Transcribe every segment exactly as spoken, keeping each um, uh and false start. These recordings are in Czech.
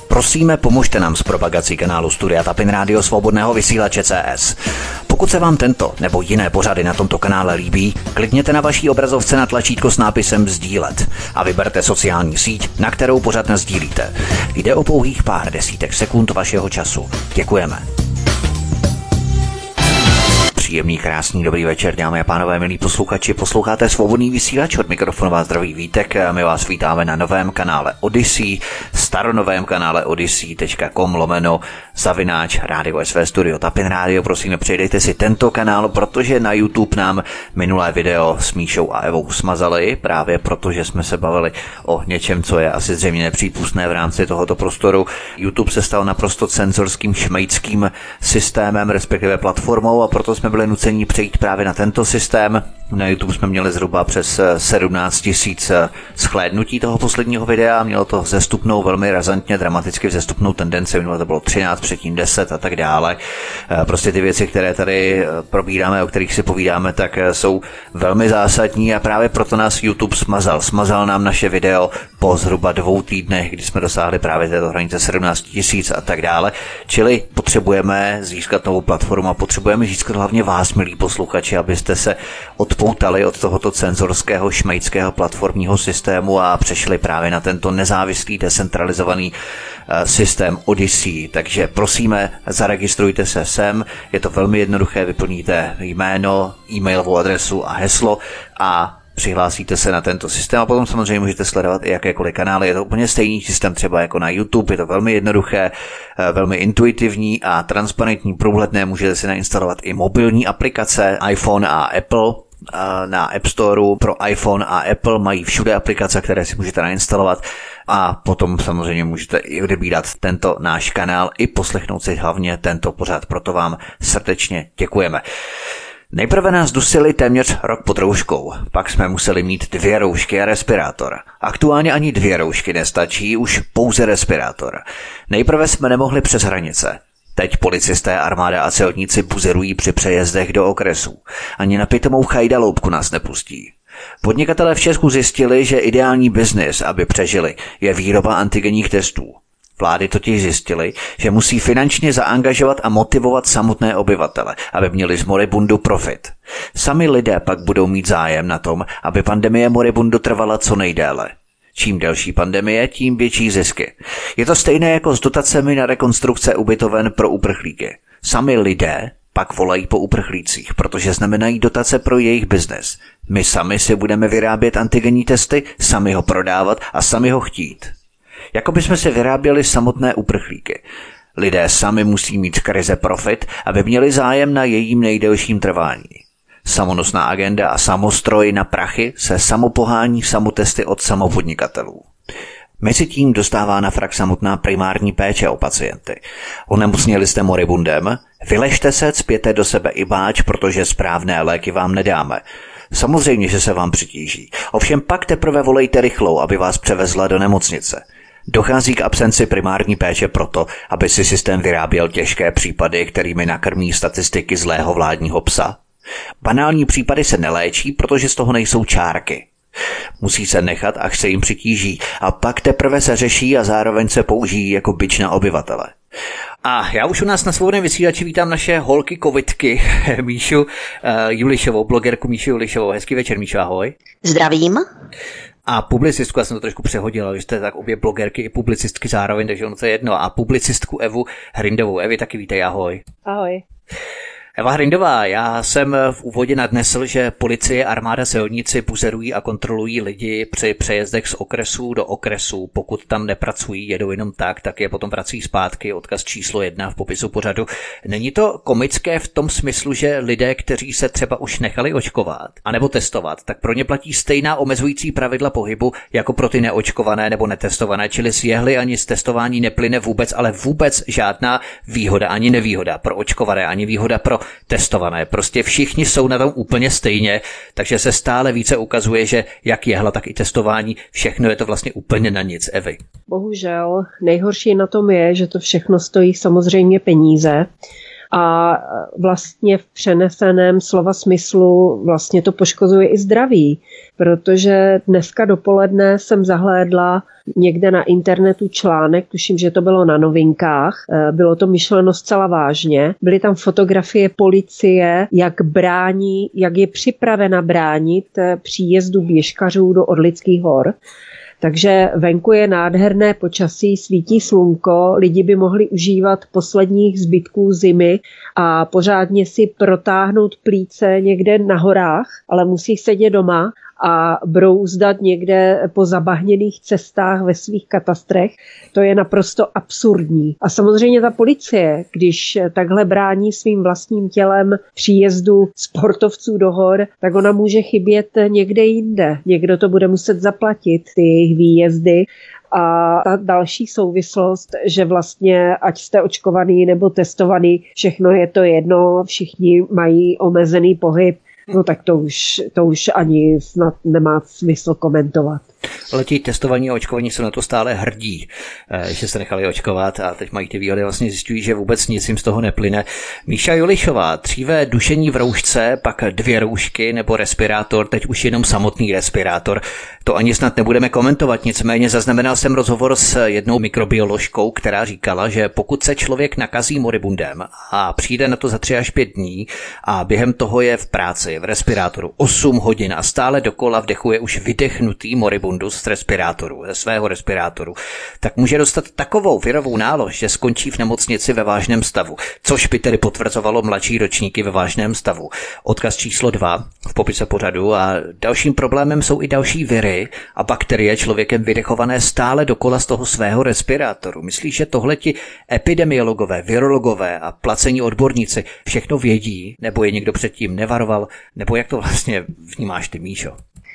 Prosíme, pomožte nám s propagací kanálu Studia Tapin Rádio Svobodného vysílače C S. Pokud se vám tento nebo jiné pořady na tomto kanále líbí, klikněte na vaší obrazovce na tlačítko s nápisem sdílet a vyberte sociální síť, na kterou pořad nasdílíte. Jde o pouhých pár desítek sekund vašeho času. Děkujeme. Příjemný, krásný, dobrý večer, dámy a pánové, milí posluchači. Posloucháte Svobodný vysílač, od mikrofonu vás zdraví Vítek. My vás vítáme na novém kanále Odyssey, staronovém kanále odyssey tečka com lomeno zavináč rádio S V Studio Tapin Rádio. Prosím, přejdejte si tento kanál, protože na YouTube nám minulé video s Míšou a Evou smazali, právě protože jsme se bavili o něčem, co je asi zřejmě nepřípustné v rámci tohoto prostoru. YouTube se stal naprosto cenzorským šmejdským systémem, respektive platformou, a proto jsme byli nuceni přejít právě na tento systém. Na YouTube jsme měli zhruba přes sedmnáct tisíc shlédnutí toho posledního videa, mělo to vzestupnou, velmi razantně, dramaticky vzestupnou tendenci, minule to bylo třináct, předtím deset a tak dále. Prostě ty věci, které tady probíráme, o kterých si povídáme, tak jsou velmi zásadní a právě proto nás YouTube smazal. Smazal nám naše video po zhruba dvou týdnech, kdy jsme dosáhli právě této hranice sedmnáct tisíc a tak dále. Čili potřebujeme získat novou platformu a potřebujeme získat hlavně vás, milí posluchači, abyste se odpoutali od tohoto cenzorského šmejdského platformního systému a přešli právě na tento nezávislý, decentralizovaný systém Odyssey. Takže prosíme, zaregistrujte se sem, je to velmi jednoduché, vyplníte jméno, e-mailovou adresu a heslo a přihlásíte se na tento systém a potom samozřejmě můžete sledovat i jakékoliv kanály. Je to úplně stejný systém třeba jako na YouTube, je to velmi jednoduché, velmi intuitivní a transparentní, průhledné. Můžete si nainstalovat i mobilní aplikace iPhone a Apple. Na App Storeu pro iPhone a Apple mají všude aplikace, které si můžete nainstalovat a potom samozřejmě můžete i odebírat tento náš kanál i poslechnout si hlavně tento pořad. Proto vám srdečně děkujeme. Nejprve nás dusili téměř rok pod rouškou, pak jsme museli mít dvě roušky a respirátor. Aktuálně ani dvě roušky nestačí, už pouze respirátor. Nejprve jsme nemohli přes hranice. Teď policisté, armáda a celníci buzerují při přejezdech do okresů. Ani na pitomou chajdaloupku nás nepustí. Podnikatelé v Česku zjistili, že ideální biznis, aby přežili, je výroba antigenních testů. Vlády totiž zjistily, že musí finančně zaangažovat a motivovat samotné obyvatele, aby měli z moribundu profit. Sami lidé pak budou mít zájem na tom, aby pandemie moribundu trvala co nejdéle. Čím delší pandemie, tím větší zisky. Je to stejné jako s dotacemi na rekonstrukce ubytoven pro uprchlíky. Sami lidé pak volají po uprchlících, protože znamenají dotace pro jejich biznes. My sami si budeme vyrábět antigenní testy, sami ho prodávat a sami ho chtít. Jako bychom si vyráběli samotné uprchlíky. Lidé sami musí mít z krize profit, aby měli zájem na jejím nejdelším trvání. Samonosná agenda a samostroj na prachy se samopohání samotesty od samopodnikatelů. Mezitím dostává na frak samotná primární péče o pacienty. Onemocněli jste moribundem? Vyležte se, cpěte do sebe i báč, protože správné léky vám nedáme. Samozřejmě, že se vám přitíží. Ovšem pak teprve volejte rychlou, aby vás převezla do nemocnice. Dochází k absenci primární péče proto, aby si systém vyráběl těžké případy, kterými nakrmí statistiky zlého vládního psa. Banální případy se neléčí, protože z toho nejsou čárky. Musí se nechat, až se jim přitíží, a pak teprve se řeší a zároveň se použijí jako bič na obyvatele. A já už u nás na Svobodném vysílači vítám naše holky covidky, Míšu uh, Julišovou, blogerku Míšu Julišovou. Hezký večer, Míšo, ahoj. Zdravím. A publicistku, já jsem to trošku přehodil, že jste tak obě blogerky i publicistky zároveň, takže ono to je jedno. A publicistku Evu Hrindovou. Evi, taky vítej, ahoj. Ahoj. Eva Hrindová, já jsem v úvodě nadnesl, že policie, armáda, celníci buzerují a kontrolují lidi při přejezdech z okresů do okresů. Pokud tam nepracují, jedou jenom tak, tak je potom vrací zpátky, odkaz číslo jedna v popisu pořadu. Není to komické v tom smyslu, že lidé, kteří se třeba už nechali očkovat anebo testovat, tak pro ně platí stejná omezující pravidla pohybu jako pro ty neočkované nebo netestované, čili z jehly ani z testování neplyne vůbec, ale vůbec žádná výhoda ani nevýhoda pro očkované, ani výhoda pro testované. Prostě všichni jsou na tom úplně stejně, takže se stále více ukazuje, že jak jehla, tak i testování, všechno je to vlastně úplně na nic. Evi. Bohužel nejhorší na tom je, že to všechno stojí samozřejmě peníze a vlastně v přeneseném slova smyslu vlastně to poškozuje i zdraví, protože dneska dopoledne jsem zahlédla někde na internetu článek, tuším, že to bylo na Novinkách, bylo to myšleno zcela vážně. Byly tam fotografie policie, jak brání, jak je připravena bránit příjezdu běžkařů do Orlických hor. Takže venku je nádherné počasí, svítí slunko, lidi by mohli užívat posledních zbytků zimy a pořádně si protáhnout plíce někde na horách, ale musí sedět doma a brouzdat někde po zabahněných cestách ve svých katastrech. To je naprosto absurdní. A samozřejmě ta policie, když takhle brání svým vlastním tělem příjezdu sportovců do hor, tak ona může chybět někde jinde. Někdo to bude muset zaplatit, ty jejich výjezdy. A ta další souvislost, že vlastně ať jste očkovaný nebo testovaný, všechno je to jedno, všichni mají omezený pohyb, no tak to už, to už ani snad nemá smysl komentovat. Ale ti testovaní a očkovaní jsou na to stále hrdí, že se nechali očkovat a teď mají ty výhody, vlastně zjišťují, že vůbec nic jim z toho neplyne. Míša Julišová, dříve dušení v roušce, pak dvě roušky nebo respirátor, teď už jenom samotný respirátor. To ani snad nebudeme komentovat, nicméně zaznamenal jsem rozhovor s jednou mikrobioložkou, která říkala, že pokud se člověk nakazí moribundem a přijde na to za tři až pět dní a během toho je v práci, v respirátoru osm hodin a stále dokola vdechuje už vydechnutý moribundus z respirátoru, ze svého respirátoru, tak může dostat takovou virovou nálož, že skončí v nemocnici ve vážném stavu, což by tedy potvrzovalo mladší ročníky ve vážném stavu. Odkaz číslo dva v popise pořadu a dalším problémem jsou i další viry a bakterie člověkem vydechované stále dokola z toho svého respirátoru. Myslíš, že tohle ti epidemiologové, virologové a placení odborníci všechno vědí, nebo je někdo předtím nevaroval, nebo jak to vlastně vnímáš ty, Míšo?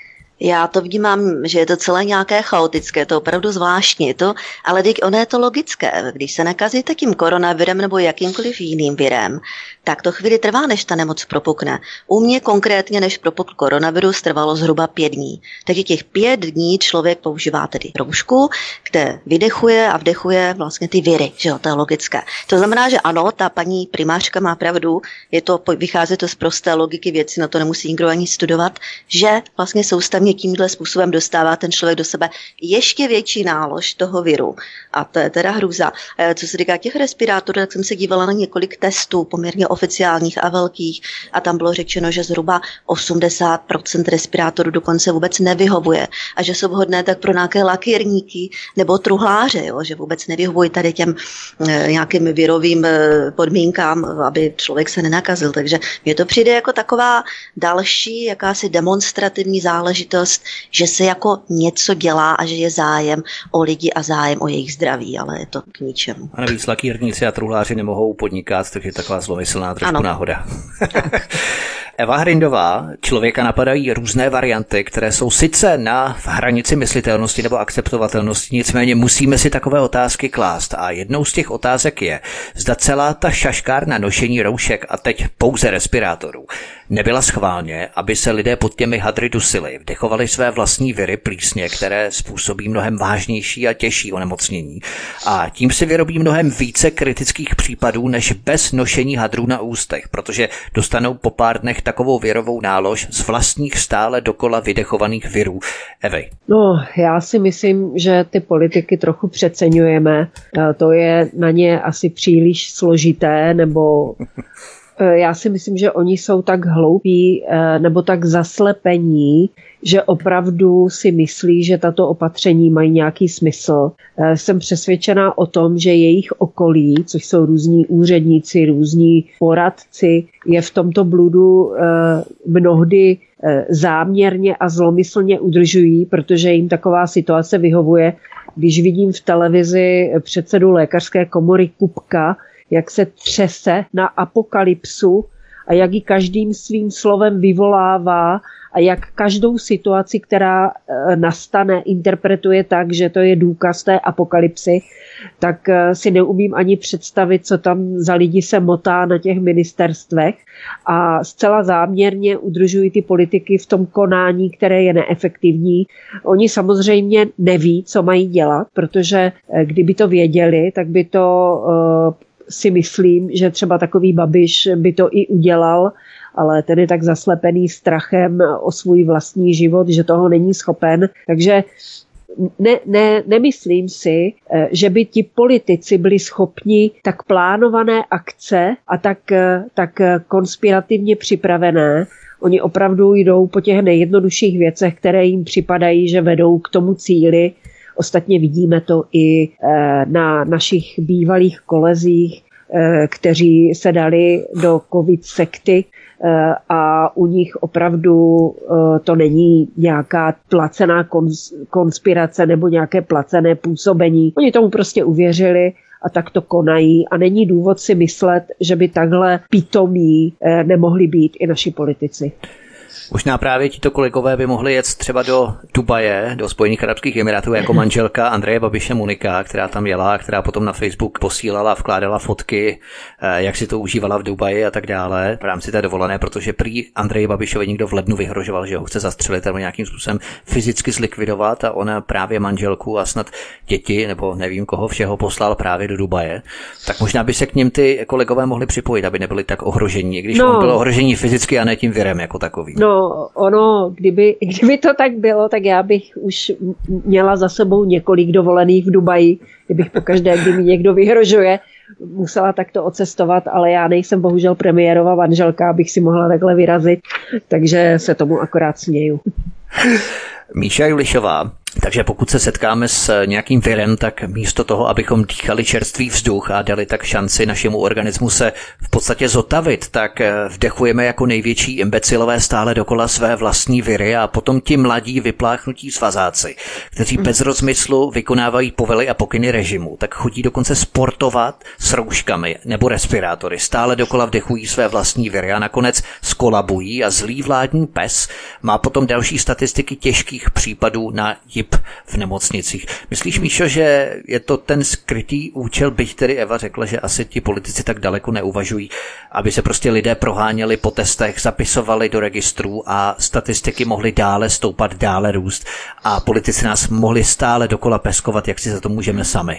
Já to vnímám, že je to celé nějaké chaotické, to je opravdu zvláštní, to, ale teď ono je to logické. Když se nakazíte tím koronavirem nebo jakýmkoliv jiným virem, tak to chvíli trvá, než ta nemoc propukne. U mě konkrétně, než propukl koronavirus, trvalo zhruba pět dní. Takže těch pět dní člověk používá tedy roušku, kde vydechuje a vdechuje vlastně ty viry, že jo, to je logické. To znamená, že ano, ta paní primářka má pravdu, je to, vychází to z prosté logiky věci, na to nemusí nikdo ani studovat, že vlastně soustavně tímhle způsobem dostává ten člověk do sebe ještě větší nálož toho viru. A to je teda hrůza. Co se týká těch respirátorů, tak jsem se dívala na několik testů, poměrně oficiálních a velkých, a tam bylo řečeno, že zhruba osmdesát procent respirátorů dokonce vůbec nevyhovuje a že jsou vhodné tak pro nějaké lakírníky nebo truhláře, jo, že vůbec nevyhovují tady těm e, nějakým virovým e, podmínkám, aby člověk se nenakazil. Takže mně to přijde jako taková další jakási demonstrativní záležitost, že se jako něco dělá a že je zájem o lidi a zájem o jejich zdraví, ale je to k ničemu. A navíc lakírníci a truhláři nemohou podnikat, takže je taková zlomyslná trošku ano. náhoda. Eva Hrindová, člověka napadají různé varianty, které jsou sice na hranici myslitelnosti nebo akceptovatelnosti, nicméně musíme si takové otázky klást. A jednou z těch otázek je, zda celá ta šaškárna nošení roušek a teď pouze respirátorů nebyla schválně, aby se lidé pod těmi hadry dusili, vdechovali své vlastní viry plísně, které způsobí mnohem vážnější a těžší onemocnění. A tím si vyrobí mnohem více kritických případů než bez nošení hadrů na ústech, protože dostanou po pár dnech takovou virovou nálož z vlastních stále dokola vydechovaných virů. Evej. No, já si myslím, že ty politiky trochu přeceňujeme. To je na ně asi příliš složité, nebo já si myslím, že oni jsou tak hloupí nebo tak zaslepení, že opravdu si myslí, že tato opatření mají nějaký smysl. Jsem přesvědčená o tom, že jejich okolí, což jsou různí úředníci, různí poradci, je v tomto bludu mnohdy záměrně a zlomyslně udržují, protože jim taková situace vyhovuje. Když vidím v televizi předsedu lékařské komory Kupka, jak se třese na apokalypsu a jak ji každým svým slovem vyvolává a jak každou situaci, která nastane, interpretuje tak, že to je důkaz té apokalypsy, tak si neumím ani představit, co tam za lidi se motá na těch ministerstvech a zcela záměrně udržují ty politiky v tom konání, které je neefektivní. Oni samozřejmě neví, co mají dělat, protože kdyby to věděli, tak by to si myslím, že třeba takový Babiš by to i udělal, ale ten je tak zaslepený strachem o svůj vlastní život, že toho není schopen. Takže ne, ne, nemyslím si, že by ti politici byli schopni tak plánované akce a tak, tak konspirativně připravené. Oni opravdu jdou po těch nejjednodušších věcech, které jim připadají, že vedou k tomu cíli. Ostatně vidíme to i na našich bývalých kolezích, kteří se dali do covid sekty a u nich opravdu to není nějaká placená konspirace nebo nějaké placené působení. Oni tomu prostě uvěřili a tak to konají a není důvod si myslet, že by takhle pitomí nemohli být i naši politici. Možná právě tito kolegové by mohli jet třeba do Dubaje, do Spojených arabských emirátů jako manželka Andreje Babiše Monika, která tam jela, která potom na Facebook posílala a vkládala fotky, jak si to užívala v Dubaji a tak dále v rámci té dovolené, protože prý Andreji Babišovi někdo v lednu vyhrožoval, že ho chce zastřelit nebo nějakým způsobem fyzicky zlikvidovat a ona právě manželku a snad děti nebo nevím koho všeho poslal právě do Dubaje. Tak možná by se k něm ty kolegové mohli připojit, aby nebyli tak ohrožení, když no. on byl ohrožení fyzicky a ne tím virem jako takovým. No. Ono, kdyby, kdyby to tak bylo, tak já bych už měla za sebou několik dovolených v Dubaji, kdybych pokaždé, kdy mi někdo vyhrožuje, musela takto ocestovat, ale já nejsem bohužel premiérova manželka, abych si mohla takhle vyrazit, takže se tomu akorát směju. Míša Julišová. Takže pokud se setkáme s nějakým virem, tak místo toho, abychom dýchali čerstvý vzduch a dali tak šanci našemu organismu se v podstatě zotavit, tak vdechujeme jako největší imbecilové stále dokola své vlastní viry a potom ti mladí vypláchnutí svazáci, kteří bez rozmyslu vykonávají povely a pokyny režimu, tak chodí dokonce sportovat s rouškami nebo respirátory, stále dokola vdechují své vlastní viry a nakonec skolabují a zlý vládní pes má potom další statistiky těžkých případů na jip v nemocnicích. Myslíš, Míšo, že je to ten skrytý účel, byť tedy Eva řekla, že asi ti politici tak daleko neuvažují, aby se prostě lidé proháněli po testech, zapisovali do registrů a statistiky mohly dále stoupat, dále růst a politici nás mohli stále dokola peskovat, jak si za to můžeme sami?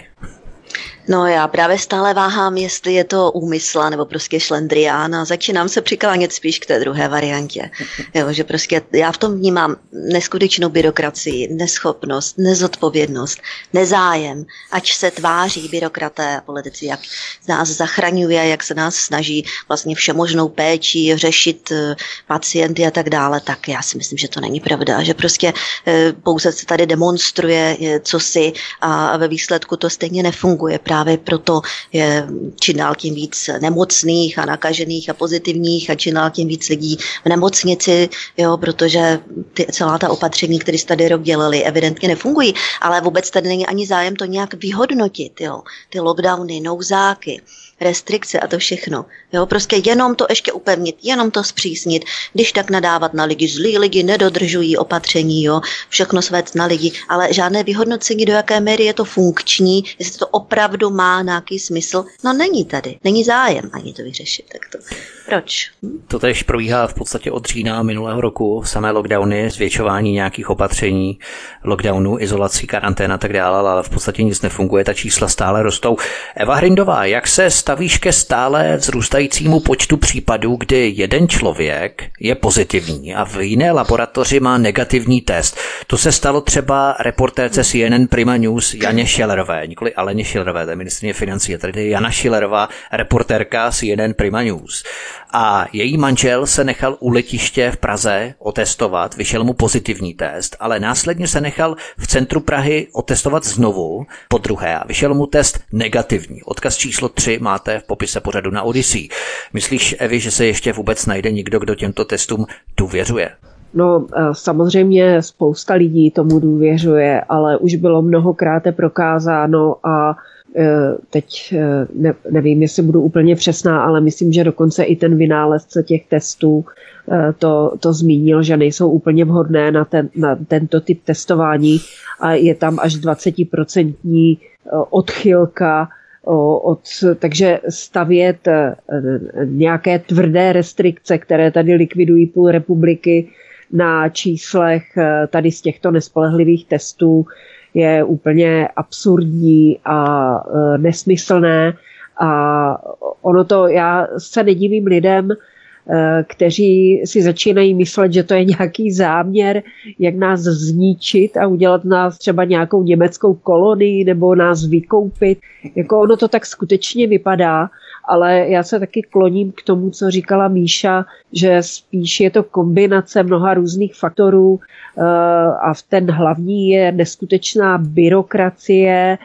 No já právě stále váhám, jestli je to úmysl nebo prostě šlendrián a začínám se přiklánět spíš k té druhé variantě. Jo, že prostě já v tom vnímám neskutečnou byrokracii, neschopnost, nezodpovědnost, nezájem, ať se tváří byrokraté a politici, jak nás zachraňuje, jak se nás snaží vlastně všemožnou péčí řešit pacienty a tak dále, tak já si myslím, že to není pravda, že prostě pouze se tady demonstruje cosi a ve výsledku to stejně nefunguje. Právě proto je čím dál tím víc nemocných a nakažených a pozitivních a čím dál tím víc lidí v nemocnici, jo, protože ty, celá ta opatření, které se tady rok dělali, evidentně nefungují, ale vůbec tady není ani zájem to nějak vyhodnotit, jo. Ty lockdowny, nouzáky, restrikce a to všechno. Jo, prostě jenom to ještě upevnit, jenom to zpřísnit, když tak nadávat na lidi, zlí lidi nedodržují opatření, jo, všechno svést na lidi, ale žádné vyhodnocení, do jaké míry je to funkční, jestli to opravdu má nějaký smysl, no není tady, není zájem ani to vyřešit, tak to proč? Hm? To tež probíhá v podstatě od října minulého roku, samé lockdowny, zvětšování nějakých opatření, lockdownu, izolací, karanténa a tak dále, ale v podstatě nic nefunguje, ta čísla stále rostou. Eva Hrindová, jak se stavíš ke stále vzrůstajícímu počtu případů, kdy jeden člověk je pozitivní a v jiné laboratoři má negativní test? To se stalo třeba reportérce C N N Prima News Janě Šilerové, nikoli Aleně Šilerové, to je ministryně financí, a tady je Jana Šilerová, reportérka C N N Prima News. A její manžel se nechal u letiště v Praze otestovat, vyšel mu pozitivní test, ale následně se nechal v centru Prahy otestovat znovu, po druhé, a vyšel mu test negativní. Odkaz číslo tři máte v popise pořadu na Odyssey. Myslíš, Evi, že se ještě vůbec najde někdo, kdo těmto testům důvěřuje? No samozřejmě spousta lidí tomu důvěřuje, ale už bylo mnohokrát prokázáno a teď ne, nevím, jestli budu úplně přesná, ale myslím, že dokonce i ten vynálezce těch testů to, to zmínil, že nejsou úplně vhodné na, ten, na tento typ testování a je tam až dvacet procent odchylka od, takže stavět nějaké tvrdé restrikce, které tady likvidují půl republiky na číslech tady z těchto nespolehlivých testů je úplně absurdní a nesmyslné A ono to, já se nedivím lidem, kteří si začínají myslet, že to je nějaký záměr, jak nás zničit a udělat nás třeba nějakou německou kolonii nebo nás vykoupit. Jako ono to tak skutečně vypadá, ale já se taky kloním k tomu, co říkala Míša, že spíš je to kombinace mnoha různých faktorů a ten hlavní je neskutečná byrokracie,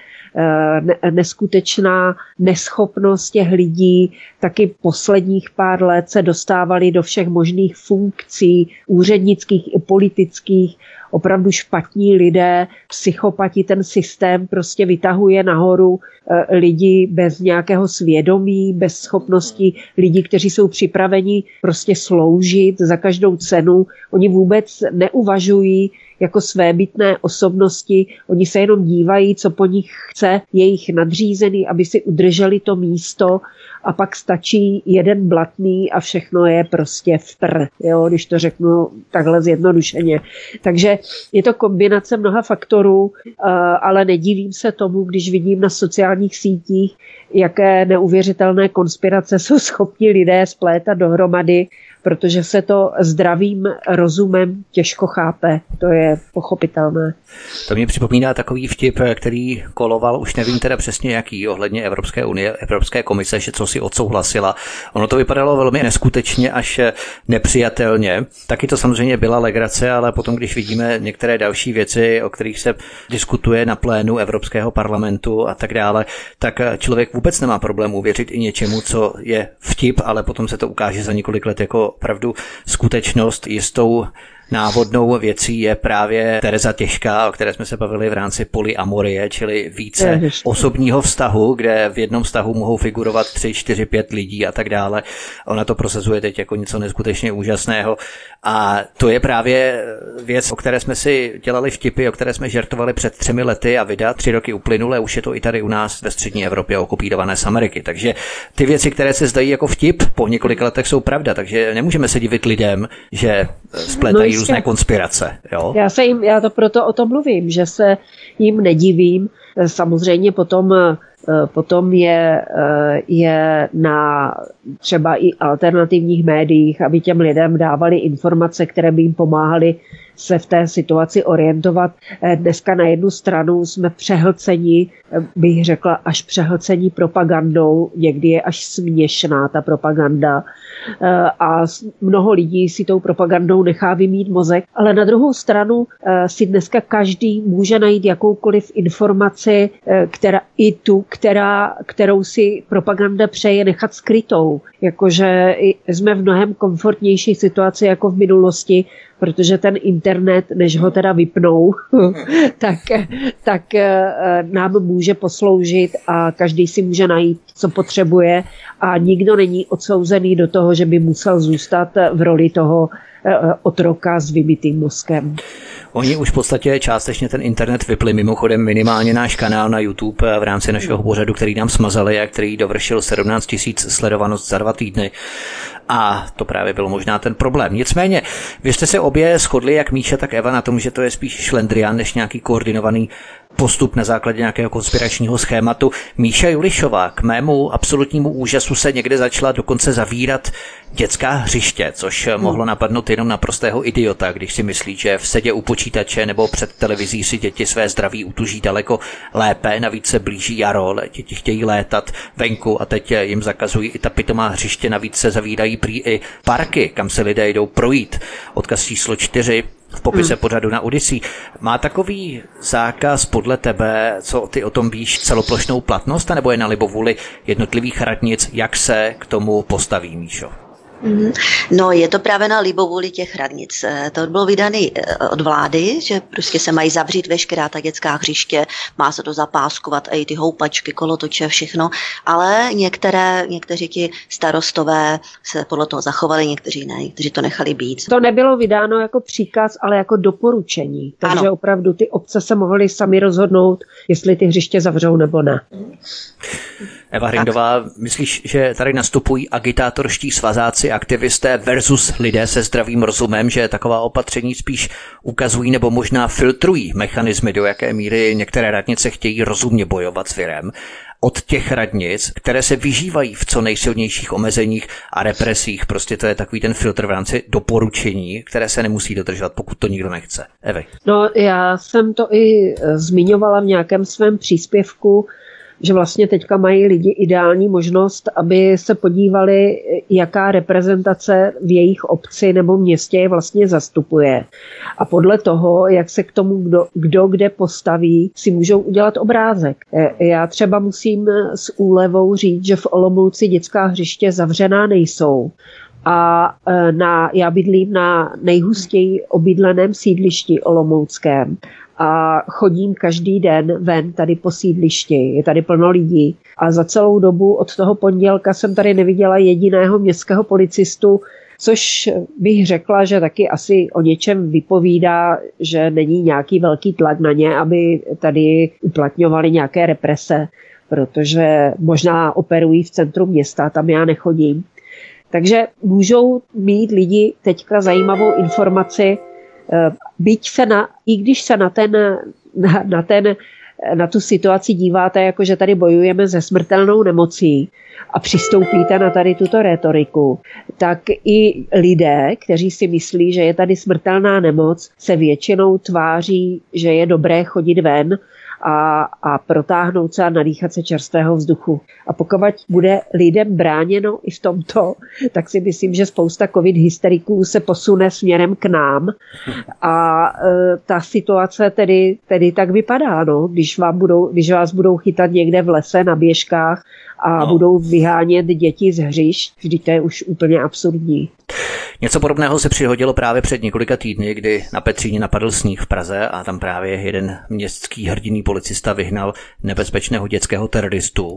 neskutečná neschopnost těch lidí. Taky posledních pár let se dostávali do všech možných funkcí, úřednických i politických, opravdu špatní lidé, psychopati, ten systém prostě vytahuje nahoru lidi bez nějakého svědomí, bez schopnosti, lidi, kteří jsou připraveni prostě sloužit za každou cenu. Oni vůbec neuvažují jako svébytné osobnosti, oni se jenom dívají, co po nich chce jejich nadřízený, aby si udrželi to místo, a pak stačí jeden blatný a všechno je prostě v pr, jo, když to řeknu takhle zjednodušeně. Takže je to kombinace mnoha faktorů, ale nedivím se tomu, když vidím na sociálních sítích, jaké neuvěřitelné konspirace jsou schopni lidé splétat dohromady, protože se to zdravým rozumem těžko chápe. To je pochopitelné. To mě připomíná takový vtip, který koloval, už nevím teda přesně jaký, ohledně Evropské unie, Evropské komise, že co si odsouhlasila. Ono to vypadalo velmi neskutečně až nepřijatelně. Taky to samozřejmě byla legrace, ale potom, když vidíme některé další věci, o kterých se diskutuje na plénu Evropského parlamentu a tak dále, tak člověk vůbec nemá problém uvěřit i něčemu, co je vtip, ale potom se to ukáže za několik let jako opravdu skutečnost. Jistou návodnou věcí je právě Tereza Těžká, o které jsme se bavili v rámci polyamorie, čili více Ježiš. osobního vztahu, kde v jednom vztahu mohou figurovat tři, čtyři, pět lidí a tak dále. Ona to prosazuje teď jako něco neskutečně úžasného. A to je právě věc, o které jsme si dělali vtipy, o které jsme žertovali před třemi lety a vydá tři roky uplynule, už je to i tady u nás ve střední Evropě okupírované z Ameriky. Takže ty věci, které se zdají jako vtip, po několika letech jsou pravda, takže nemůžeme se divit lidem, že splétají no různé konspirace. Jo? Já se jim, já to proto o tom mluvím, že se jim nedivím. Samozřejmě potom Potom je, je na třeba i alternativních médiích, aby těm lidem dávali informace, které by jim pomáhaly se v té situaci orientovat. Dneska na jednu stranu jsme přehlceni, bych řekla, až přehlceni propagandou, někdy je až směšná ta propaganda a mnoho lidí si tou propagandou nechá vymít mozek, ale na druhou stranu si dneska každý může najít jakoukoliv informaci, která i tu, která, kterou si propaganda přeje nechat skrytou. Jakože jsme v mnohem komfortnější situaci jako v minulosti, protože ten internet, než ho teda vypnou, tak, tak nám může posloužit a každý si může najít, co potřebuje a nikdo není odsouzený do toho, že by musel zůstat v roli toho otroka s vybitým mozkem. Oni už v podstatě částečně ten internet vypli, mimochodem minimálně náš kanál na YouTube v rámci našeho pořadu, který nám smazali a který dovršil sedmnáct tisíc sledovanost za dva týdny. A to právě byl možná ten problém. Nicméně, vy jste se obě shodli, jak Míša, tak Eva, na tom, že to je spíš šlendrián než nějaký koordinovaný postup na základě nějakého konspiračního schématu. Míša Julišová, k mému absolutnímu úžasu se někde začala dokonce zavírat dětská hřiště, což mohlo napadnout jenom na prostého idiota, když si myslí, že v sedě u počítače nebo před televizí si děti své zdraví utuží daleko lépe, navíc se blíží jaro, děti chtějí létat venku a teď jim zakazují i ta pitomá hřiště, navíc se zavírají prý i parky, kam se lidé jdou projít. Odkaz číslo čtyři v popise pořadu na Odyssey. Má takový zákaz podle tebe, co ty o tom víš, celoplošnou platnost, anebo je na libovůli jednotlivých radnic, jak se k tomu postaví, Míšo? No, je to právě na libovůli těch radnic. To bylo vydané od vlády, že prostě se mají zavřít veškerá ta dětská hřiště, má se to zapáskovat i ty houpačky, kolotoče, všechno, ale některé, někteří ti starostové se podle toho zachovali, někteří ne, někteří to nechali být. To nebylo vydáno jako příkaz, ale jako doporučení, takže ano. Opravdu ty obce se mohly sami rozhodnout, jestli ty hřiště zavřou nebo ne. Eva Hrindová, myslíš, že tady nastupují agitátorští svazáci, aktivisté versus lidé se zdravým rozumem, že taková opatření spíš ukazují nebo možná filtrují mechanismy, do jaké míry některé radnice chtějí rozumně bojovat s virem? od těch radnic, které se vyžívají v co nejsilnějších omezeních a represích. Prostě to je takový ten filtr v rámci doporučení, které se nemusí dodržovat, pokud to nikdo nechce. Evi. No, já jsem to i zmiňovala v nějakém svém příspěvku, že vlastně teďka mají lidi ideální možnost, aby se podívali, jaká reprezentace v jejich obci nebo městě je vlastně zastupuje. A podle toho, jak se k tomu kdo, kdo kde postaví, si můžou udělat obrázek. Já třeba musím s úlevou říct, že v Olomouci dětská hřiště zavřená nejsou. A na, já bydlím na nejhustěji obydleném sídlišti olomouckém. A chodím každý den ven tady po sídlišti, je tady plno lidí a za celou dobu od toho pondělka jsem tady neviděla jediného městského policistu, což bych řekla, že taky asi o něčem vypovídá, že není nějaký velký tlak na ně, aby tady uplatňovali nějaké represe, protože možná operují v centru města, tam já nechodím. Takže můžou mít lidi teďka zajímavou informaci, byť se na, i když se na, ten, na, na, ten, na tu situaci díváte, jako že tady bojujeme se smrtelnou nemocí a přistoupíte na tady tuto rétoriku, tak i lidé, kteří si myslí, že je tady smrtelná nemoc, se většinou tváří, že je dobré chodit ven a, a protáhnout se a nadýchat se čerstvého vzduchu. A pokud bude lidem bráněno i v tomto, tak si myslím, že spousta covid hysteriků se posune směrem k nám a e, ta situace tedy, tedy tak vypadá, no, když, vám budou, když vás budou chytat někde v lese na běžkách a no. budou vyhánět děti z hřišť, vždyť to je už úplně absurdní. Něco podobného se přihodilo právě před několika týdny, kdy na Petříně napadl sníh v Praze a tam právě jeden městský hrdinný policista vyhnal nebezpečného dětského teroristu,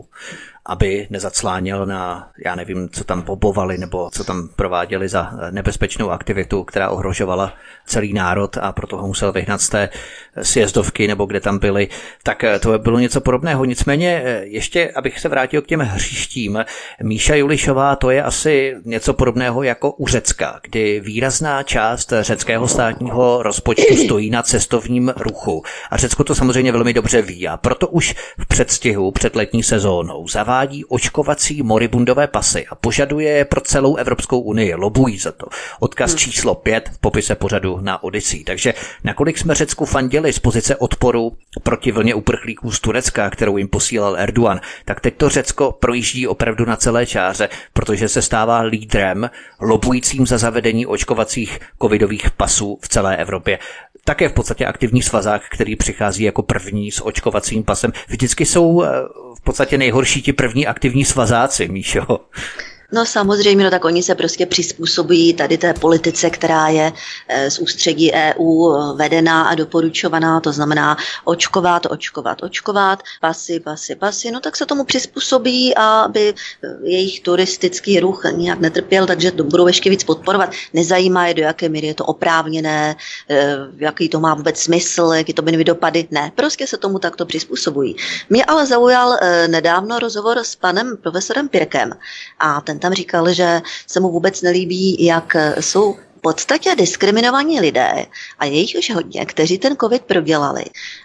aby nezacláněl na, já nevím, co tam pobovali nebo co tam prováděli za nebezpečnou aktivitu, která ohrožovala celý národ a proto ho musel vyhnat z té sjezdovky nebo kde tam byli. Tak to bylo něco podobného. Nicméně ještě, abych se vrátil k těm hřištím, Míša Julišová, to je asi něco podobného jako u Řecka, kdy výrazná část řeckého státního rozpočtu stojí na cestovním ruchu. A Řecko to samozřejmě velmi dobře ví a proto už v předstihu před letní sezónou zavádí očkovací moribundové pasy a požaduje je pro celou Evropskou unii. Lobují za to. Odkaz hmm. číslo pět v popise pořadu na Odyssey. Takže nakolik jsme Řecku fandili z pozice odporu proti vlně uprchlíků z Turecka, kterou jim posílal Erdogan, tak teď to Řecko projíždí opravdu na celé čáře, protože se stává lídrem lobujícím za zavedení očkovacích covidových pasů v celé Evropě. Také v podstatě aktivní svazák, který přichází jako první s očkovacím pasem. Vždycky jsou v podstatě nejhorší ti první aktivní svazáci, Míšo. No samozřejmě, no tak oni se prostě přizpůsobují tady té politice, která je z ústředí E U vedená a doporučovaná, to znamená očkovat, očkovat, očkovat, pasy, pasy, pasy, no tak se tomu přizpůsobí, aby jejich turistický ruch nějak netrpěl, takže to budou ještě víc podporovat. Nezajímá je, do jaké míry je to oprávněné, jaký to má vůbec smysl, jaký to by dopady, ne, prostě se tomu takto přizpůsobují. Mě ale zaujal nedávno rozhovor s panem profesorem Pirkem a ten tam říkal, že se mu vůbec nelíbí, jak jsou v podstatě diskriminovaní lidé a je jich už hodně, kteří ten covid prodělali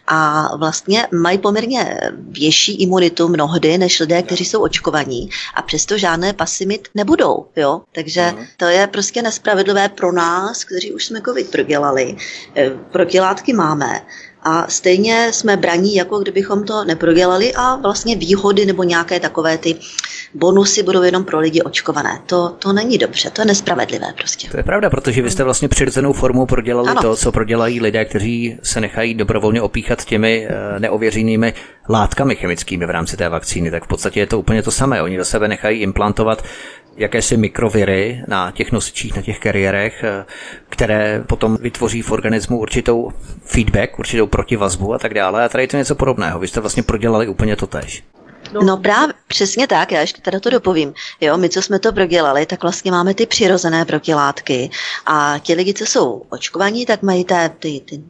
a vlastně mají poměrně větší imunitu mnohdy než lidé, kteří jsou očkovaní a přesto žádné pasy mít nebudou. Jo? Takže to je prostě nespravedlivé pro nás, kteří už jsme covid prodělali. Protilátky máme. A stejně jsme braní, jako kdybychom to neprodělali a vlastně výhody nebo nějaké takové ty bonusy budou jenom pro lidi očkované. To, to není dobře, to je nespravedlivé prostě. To je pravda, protože vy jste vlastně přirozenou formou prodělali ano. to, co prodělají lidé, kteří se nechají dobrovolně opíchat těmi neověřenými látkami chemickými v rámci té vakcíny. Tak v podstatě je to úplně to samé. Oni do sebe nechají implantovat jakési mikroviry na těch nosičích, na těch kariérech, které potom vytvoří v organismu určitou feedback, určitou protivazbu a tak dále. A tady je to něco podobného. Vy jste vlastně prodělali úplně to též. No, no právě, přesně tak, já ještě teda to dopovím. Jo, my, co jsme to prodělali, tak vlastně máme ty přirozené protilátky a ti lidi, co jsou očkovaní, tak mají ty, ty, ty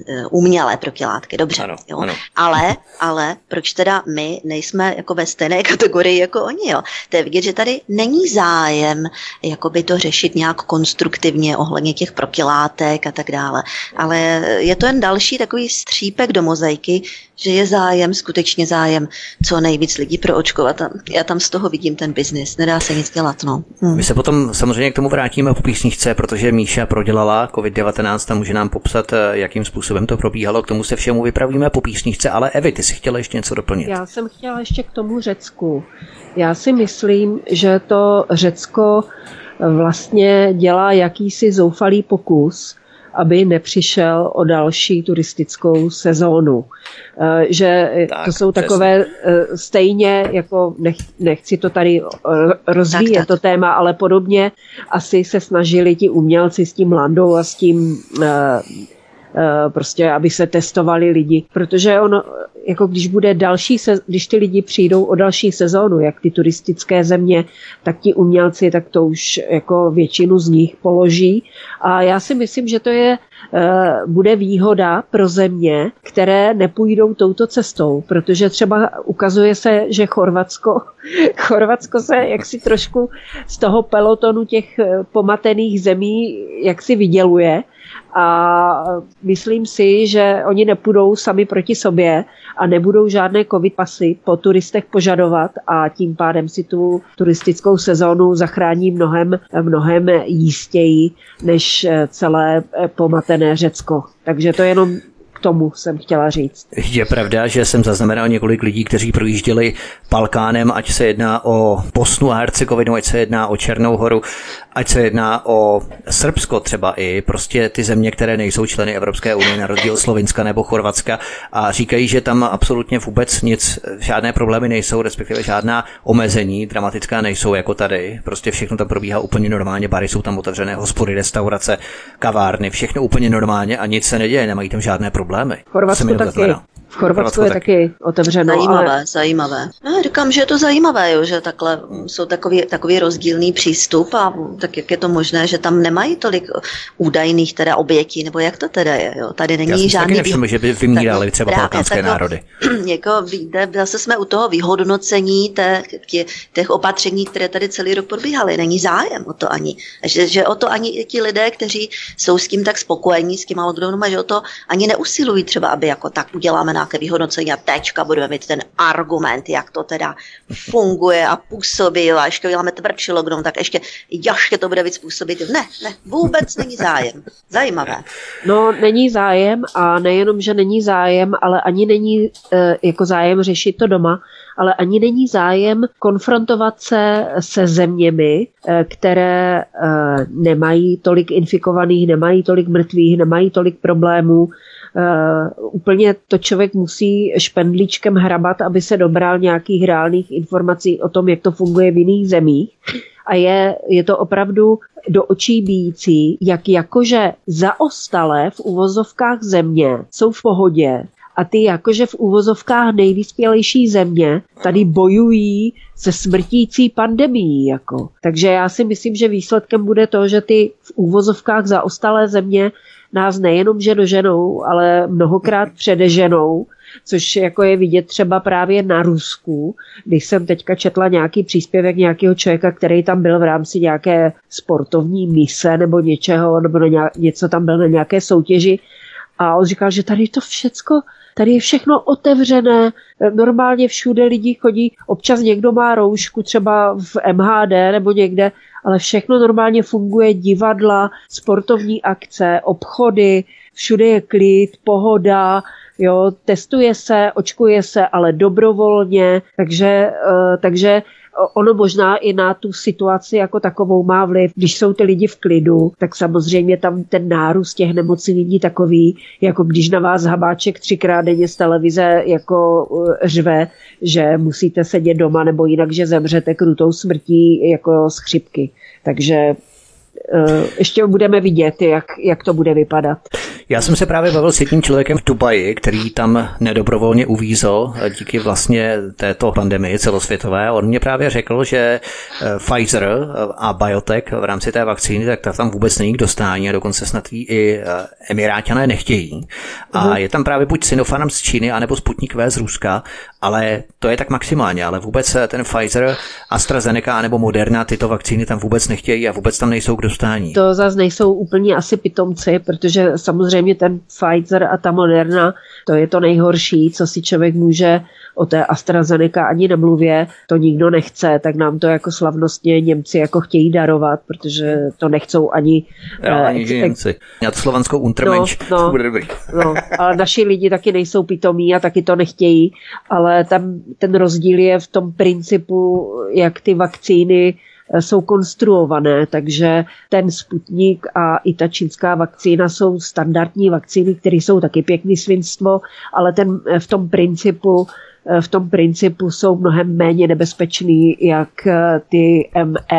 umělé protilátky, dobře. Ano, jo. Ano. Ale, ale proč teda my nejsme jako ve stejné kategorii jako oni, jo? To je vidět, že tady není zájem jakoby to řešit nějak konstruktivně ohledně těch protilátek a tak dále. Ale je to jen další takový střípek do mozaiky, že je zájem, skutečně zájem co nejvíc víc lidí proočkovat. Já tam z toho vidím ten biznis, nedá se nic dělat. No. Hmm. My se potom samozřejmě k tomu vrátíme po písničce, protože Míša prodělala covid devatenáct a může nám popsat, jakým způsobem to probíhalo. K tomu se všemu vypravíme po písničce, ale Evi, ty si chtěla ještě něco doplnit. Já jsem chtěla ještě k tomu Řecku. Já si myslím, že to Řecko vlastně dělá jakýsi zoufalý pokus, aby nepřišel o další turistickou sezónu. Že tak, to jsou takové přesně. Stejně, jako nech, nechci to tady rozvíjet, tak, tak. to téma, ale podobně asi se snažili ti umělci s tím Landou a s tím prostě, aby se testovali lidi, protože ono, jako když bude další, když ty lidi přijdou o další sezónu, jak ty turistické země, tak ti umělci, tak to už jako většinu z nich položí a já si myslím, že to je, bude výhoda pro země, které nepůjdou touto cestou, protože třeba ukazuje se, že Chorvatsko, Chorvatsko se jaksi trošku z toho pelotonu těch pomatených zemí jaksi vyděluje. A myslím si, že oni nepůjdou sami proti sobě a nebudou žádné covid pasy po turistech požadovat a tím pádem si tu turistickou sezónu zachrání mnohem, mnohem jistěji než celé pomatené Řecko. Takže to jenom k tomu jsem chtěla říct. Je pravda, že jsem zaznamenal několik lidí, kteří projížděli Balkánem, ať se jedná o Bosnu a Hercegovinu, ať se jedná o Černou Horu, ať se jedná o Srbsko třeba i prostě ty země, které nejsou členy Evropské unie, na rozdíl od Slovinska nebo Chorvatska a říkají, že tam absolutně vůbec nic, žádné problémy nejsou, respektive žádná omezení dramatická nejsou jako tady. Prostě všechno tam probíhá úplně normálně, bary jsou tam otevřené, hospody, restaurace, kavárny, všechno úplně normálně a nic se neděje, nemají tam žádné problémy. Chorvatsko taky. V Chorvatsku je tak. taky otevřeno. Zajímavé, ale... zajímavé. No, říkám, že je to zajímavé, jo, že takhle jsou takový, takový rozdílný přístup a tak jak je to možné, že tam nemají tolik údajných teda obětí, nebo jak to teda je, jo. Tady není Já jsem žádný... Já nevšiml, že by vymírali třeba balkánské národy. Jako, víte, zase jsme u toho vyhodnocení těch, těch opatření, které tady celý rok probíhaly. Není zájem o to ani. Že, že o to ani ti lidé, kteří jsou s tím tak spokojení, s tím lockdownem, že o to ani neusilují třeba, aby jako tak uděláme nějaké vyhodnocení a tečka, budeme mít ten argument, jak to teda funguje a působí a ještě uděláme tvrdší lockdown, tak ještě ještě to bude víc působit. Ne, ne, vůbec není zájem. Zajímavé. No, není zájem a nejenom, že není zájem, ale ani není e, jako zájem řešit to doma, ale ani není zájem konfrontovat se se zeměmi, e, které e, nemají tolik infikovaných, nemají tolik mrtvých, nemají tolik problémů. Uh, úplně to člověk musí špendlíčkem hrabat, aby se dobral nějakých reálných informací o tom, jak to funguje v jiných zemích. A je, je to opravdu do očí bijící, jak jakože zaostalé v uvozovkách země jsou v pohodě a ty jakože v uvozovkách nejvyspělejší země tady bojují se smrtící pandemií. Jako. Takže já si myslím, že výsledkem bude to, že ty v uvozovkách zaostalé země nás nejenom že doženou, ale mnohokrát předeženou, což jako je vidět třeba právě na Rusku, když jsem teďka četla nějaký příspěvek nějakého člověka, který tam byl v rámci nějaké sportovní mise nebo něčeho, nebo na něco tam byl na nějaké soutěži a on říkal, že tady to všecko, tady je všechno otevřené, normálně všude lidi chodí, občas někdo má roušku třeba v M H D nebo někde, ale všechno normálně funguje, divadla, sportovní akce, obchody, všude je klid, pohoda, jo, testuje se, očkuje se, ale dobrovolně, takže, takže ono možná i na tu situaci jako takovou má vliv. Když jsou ty lidi v klidu, tak samozřejmě tam ten nárůst těch nemocí není takový, jako když na vás habáček třikrát denně z televize jako řve, že musíte sedět doma nebo jinak, že zemřete krutou smrtí jako z chřipky. Takže ještě budeme vidět, jak, jak to bude vypadat. Já jsem se právě bavil s jedním člověkem v Dubaji, který tam nedobrovolně uvízl díky vlastně této pandemii celosvětové. On mě právě řekl, že Pfizer a BioNTech v rámci té vakcíny, tak tam vůbec není k dostání a dokonce snad i Emiráťané nechtějí. A uh-huh. je tam právě buď Sinopharm z Číny, anebo Sputnik V z Ruska, ale to je tak maximálně, ale vůbec ten Pfizer, AstraZeneca anebo Moderna tyto vakcíny tam vůbec nechtějí a vůbec tam nejsou k k dostání. To zase nejsou úplně asi pitomci, protože samozřejmě ten Pfizer a ta Moderna, to je to nejhorší, co si člověk může o té AstraZeneca ani nemluvě, to nikdo nechce, tak nám to jako slavnostně Němci jako chtějí darovat, protože to nechcou ani... Jo, ani ex, Němci. Já to slovanskou Untermensch, no, no, to bude dobrý. No, ale naši lidi taky nejsou pitomí a taky to nechtějí, ale tam ten rozdíl je v tom principu, jak ty vakcíny jsou konstruované, takže ten Sputnik a i ta čínská vakcína jsou standardní vakcíny, které jsou taky pěkný svinstvo, ale ten v tom principu v tom principu jsou mnohem méně nebezpečný, jak ty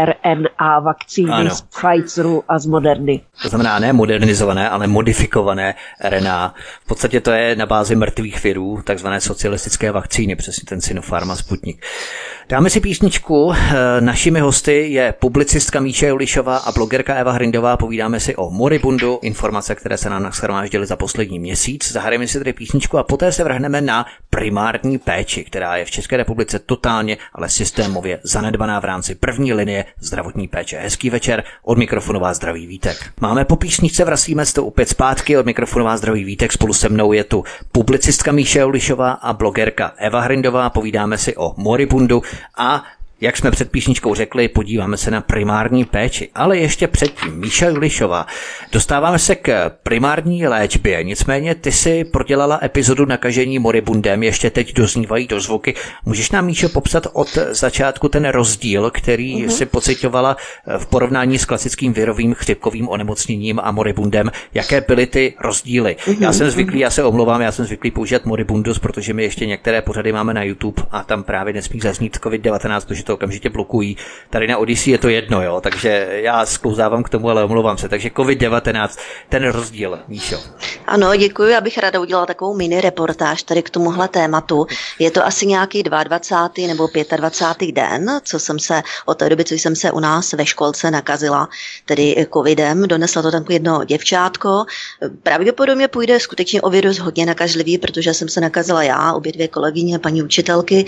mRNA vakcíny ano. z Pfizeru a z Moderny. To znamená ne modernizované, ale modifikované R N A. V podstatě to je na bázi mrtvých virů, takzvané socialistické vakcíny, přesně ten Sinopharm a Sputnik. Dáme si písničku. Našimi hosty je publicistka Míša Julišová a blogerka Eva Hrindová. Povídáme si o moribundu, informace, které se nám shromáždily za poslední měsíc. Zahrajeme si tedy písničku a poté se vrhneme na primární péči, která je v České republice totálně, ale systémově zanedbaná v rámci první linie zdravotní péče. Hezký večer, od mikrofonu vás zdraví Vítek. Máme po písničce, vracíme se to opět zpátky, od mikrofonu vás zdraví Vítek, spolu se mnou je tu publicistka Míša Julišová a blogerka Eva Hrindová. Povídáme si o moribundu a jak jsme před písničkou řekli, podíváme se na primární péči, ale ještě předtím Míša Julišová. Dostáváme se k primární léčbě, nicméně ty si prodělala epizodu nakažení moribundem, ještě teď doznívají dozvuky. Můžeš nám, Míšo, popsat od začátku ten rozdíl, který uh-huh. si pocitovala v porovnání s klasickým virovým chřipkovým onemocněním a moribundem? Jaké byly ty rozdíly? Uh-huh. Já jsem zvyklý, já se omlouvám, já jsem zvyklý používat moribundus, protože my ještě některé pořady máme na YouTube a tam právě nesmí zaznít covid devatenáct, protože to okamžitě blokují. Tady na Odyssey je to jedno, jo, takže já sklouzávám k tomu, ale omlouvám se. Takže covid devatenáct, ten rozdíl, Míšo. Ano, děkuji, já bych ráda udělala takovou mini reportáž tady k tomuhle tématu. Je to asi nějaký dvacátý nebo dvacátý pátý den, co jsem se od té doby, co jsem se u nás ve školce nakazila, tedy covidem, donesla to tam jedno děvčátko. Pravděpodobně půjde skutečně o virus hodně nakažlivý, protože jsem se nakazila já, obě dvě kolegyně, paní učitelky,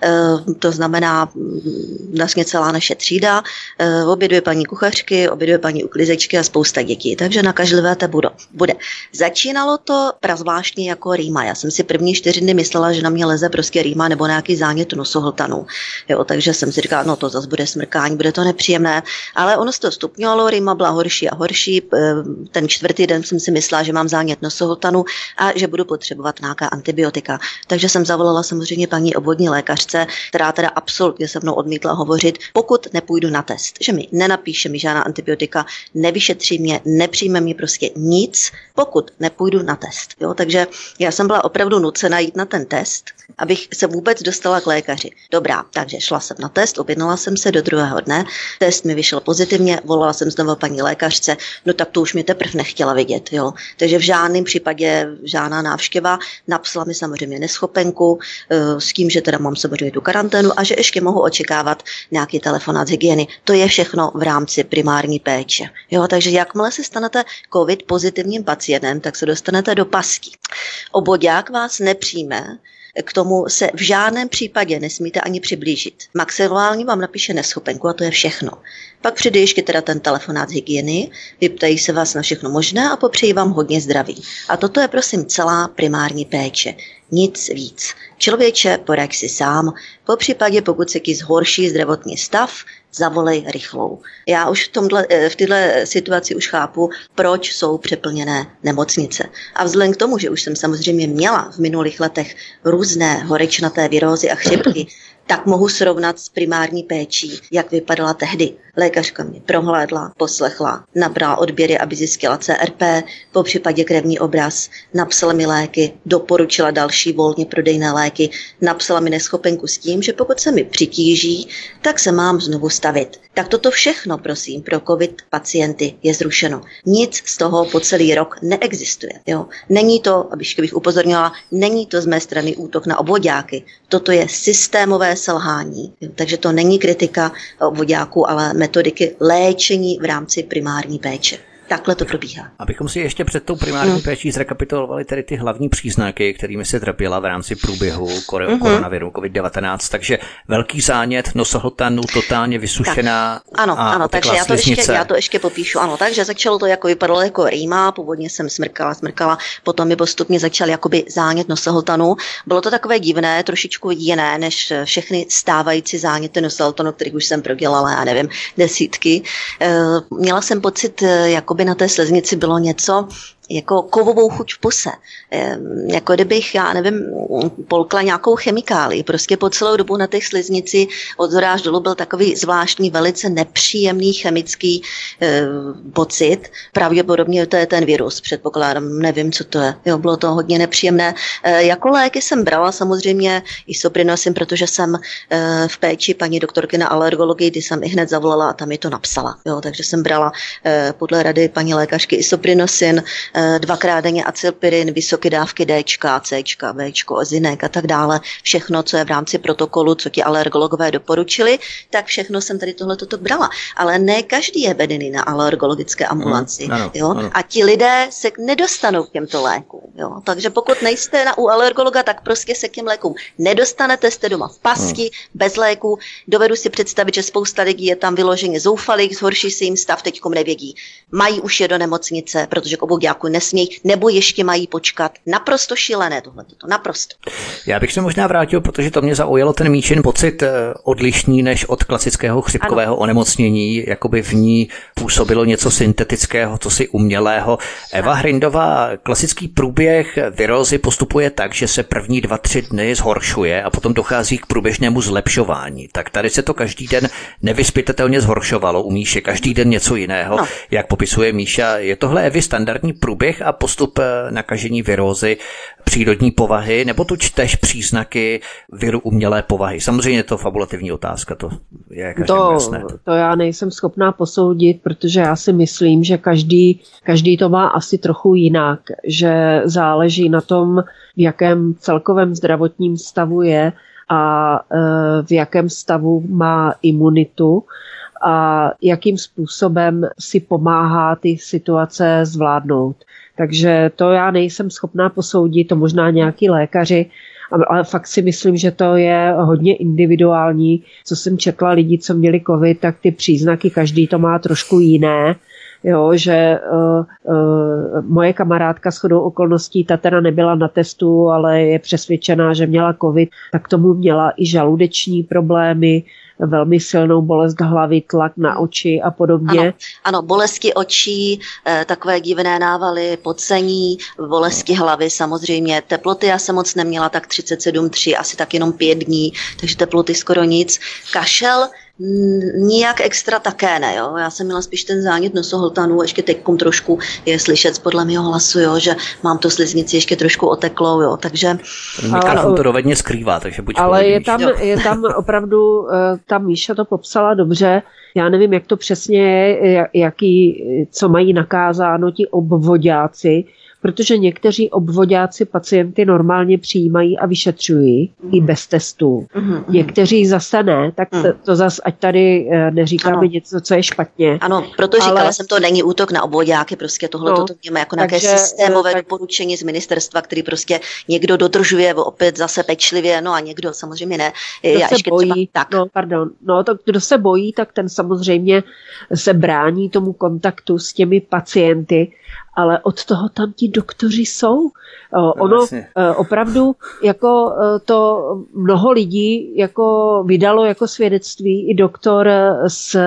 to znamená vlastně celá naše třída, obě dvě paní kuchařky, obě dvě paní uklizečky a spousta dětí, takže nakažlivé to bude. Začínalo to prazvláštně jako rýma. Já jsem si první čtyři dny myslela, že na mě leze prostě rýma nebo nějaký zánět nosohltanu. Jo, takže jsem si říkala, no to zase bude smrkání, bude to nepříjemné, ale ono se to stupňovalo, rýma byla horší a horší. Ten čtvrtý den jsem si myslela, že mám zánět nosohltanu a že budu potřebovat nějaká antibiotika. Takže jsem zavolala samozřejmě paní obvodní lékařce, která teda absolutně se mnou odmítla hovořit, pokud nepůjdu na test, že mi nenapíše mi žádná antibiotika, nevyšetří mě, nepřijme mi prostě nic, pokud nepůjdu na test. Jo, takže já jsem byla opravdu nucena jít na ten test, abych se vůbec dostala k lékaři. Dobrá, takže šla jsem na test, objednala jsem se do druhého dne, test mi vyšel pozitivně, volala jsem znovu paní lékařce, no tak to už mi teprve nechtěla vidět, jo. Takže v žádném případě žádná návštěva, napsala mi samozřejmě neschopenku, s tím, že teda mám samozřejmě tu karanténu a že ještě mohu očekávat nějaký telefonát z hygieny. To je všechno v rámci primární péče. Jo, takže jakmile se stanete covid pozitivním pacientem, tak se dostanete do pastí. Obvoďák vás nepřijme, k tomu se v žádném případě nesmíte ani přiblížit. Maximálně vám napíše neschopenku a to je všechno. Pak přijde ještě teda ten telefonát z hygieny, vyptají se vás na všechno možné a popřejí vám hodně zdraví. A toto je prosím celá primární péče. Nic víc. Člověče, poraď si sám, po případě pokud se ti zhorší zdravotní stav, zavolej rychlou. Já už v, tomhle, v této situaci už chápu, proč jsou přeplněné nemocnice. A vzhledem k tomu, že už jsem samozřejmě měla v minulých letech různé horečnaté virózy a chřipky, tak mohu srovnat s primární péčí, jak vypadala tehdy. Lékařka mě prohlédla, poslechla, nabrala odběry, aby zjistila C R P, po případě krevní obraz, napsala mi léky, doporučila další volně prodejné léky, napsala mi neschopenku s tím, že pokud se mi přitíží, tak se mám znovu stavit. Tak toto všechno, prosím, pro covid pacienty je zrušeno. Nic z toho po celý rok neexistuje. Jo? Není to, abych upozornila, není to z mé strany útok na obvoďáky. Toto je systémové selhání. Jo? Takže to není kritika obvoďáků, ale metodiky léčení v rámci primární péče. Takhle to probíhá. Abychom si ještě před tou primární hmm. péčí zrekapitulovali tedy ty hlavní příznaky, kterými se trpěla v rámci průběhu kor- hmm. koronaviru covid devatenáct. Takže velký zánět, nosohltanu, totálně vysušená. Tak, ano, a ano, takže já to, ještě, já to ještě popíšu. Ano, takže začalo to jako vypadalo jako rýma, původně jsem smrkala, smrkala, potom mi postupně začal jakoby zánět nosohltanu. Bylo to takové divné, trošičku jiné než všechny stávající záněty nosohltanu, kterých už jsem prodělala, já nevím, desítky. Měla jsem pocit, jakoby na té sleznici bylo něco jako kovovou chuť v puse. E, jako kdybych, já nevím, polkla nějakou chemikálii. Prostě po celou dobu na té sliznici od zhora až dolů byl takový zvláštní, velice nepříjemný chemický e, pocit. Pravděpodobně to je ten virus, předpokládám, nevím, co to je. Jo, bylo to hodně nepříjemné. E, jako léky jsem brala samozřejmě Isoprinosin, protože jsem e, v péči paní doktorky na alergologii, kdy jsem i hned zavolala a tam mi to napsala. Jo, takže jsem brala e, podle rady paní lékařky Isoprinosin, dvakrát denně acylpirin, vysoké dávky Dčka, Cčka, Bčko, zinek a tak dále. Všechno, co je v rámci protokolu, co ti alergologové doporučili, tak všechno jsem tady tohle toto brala. Ale ne každý je vedený na alergologické ambulanci. Mm, ano, jo? Ano. A ti lidé se nedostanou k těmto lékům. Jo? Takže pokud nejste na, u alergologa, tak prostě se k těm lékům nedostanete, jste doma v pasti, mm. bez léků. Dovedu si představit, že spousta lidí je tam vyloženě zoufalých, zhorší se jim stav, teďkom nevědí. Mají už je do nemocnice, protože k obouďáku nesmějí, nebo ještě mají počkat. Naprosto šílené tohleto, naprosto. Já bych se možná vrátil, protože to mě zaujalo ten Míšin pocit odlišný než od klasického chřipkového ano. onemocnění, jakoby v ní působilo něco syntetického, co si umělého. Eva Hrindová, klasický průběh virózy postupuje tak, že se první dva, tři dny zhoršuje a potom dochází k průběžnému zlepšování. Tak tady se to každý den nevyzpytatelně zhoršovalo u Míše, každý den něco jiného. No. Jak popisuje Míša, je tohle Evi standardní průběh a postup nakažení virózy přírodní povahy, nebo tu čteš příznaky viru umělé povahy? Samozřejmě je to fabulativní otázka, to je každému to, jasné. To já nejsem schopná posoudit, protože já si myslím, že každý, každý to má asi trochu jinak, že záleží na tom, v jakém celkovém zdravotním stavu je a v jakém stavu má imunitu a jakým způsobem si pomáhá ty situace zvládnout. Takže to já nejsem schopná posoudit, to možná nějaký lékaři, ale fakt si myslím, že to je hodně individuální. Co jsem četla lidi, co měli covid, tak ty příznaky každý to má trošku jiné. Jo, že uh, uh, moje kamarádka shodou okolností, ta teda nebyla na testu, ale je přesvědčená, že měla covid, tak tomu měla i žaludeční problémy, velmi silnou bolest hlavy, tlak na oči a podobně. Ano, ano, bolesti očí, takové divné návaly, pocení, bolesti hlavy samozřejmě. Teploty já jsem moc neměla, tak třicet sedm tři, asi tak jenom pět dní, takže teploty skoro nic. Kašel nijak extra také ne, jo. Já jsem měla spíš ten zánět nosohltanu, ještě teďkom trošku je slyšet podle mého hlasu, jo, že mám to sliznici ještě trošku oteklou, jo, takže... Mikrofon to dovedně skrývá, takže buď ale pohodlíš. je tam, je tam opravdu, ta Míša to popsala dobře, já nevím, jak to přesně je, jaký, co mají nakázáno ti obvoďáci, protože někteří obvoďáci pacienty normálně přijímají a vyšetřují mm. i bez testů. Mm. Někteří zase ne, tak mm. to, to zase, ať tady neříkáme ano. něco, co je špatně. Ano, proto říkala ale... jsem, to není útok na obvoďáky, prostě tohle no, to máme jako nějaké takže, systémové tak... doporučení z ministerstva, který prostě někdo dodržuje opět zase pečlivě, no a někdo samozřejmě ne. Kdo Já se ještě bojí, třeba, tak. No, pardon, no to, kdo se bojí, tak ten samozřejmě se brání tomu kontaktu s těmi pacienty, ale od toho tam ti doktoři jsou. Ono vlastně. Opravdu jako to mnoho lidí jako vydalo jako svědectví, i doktor z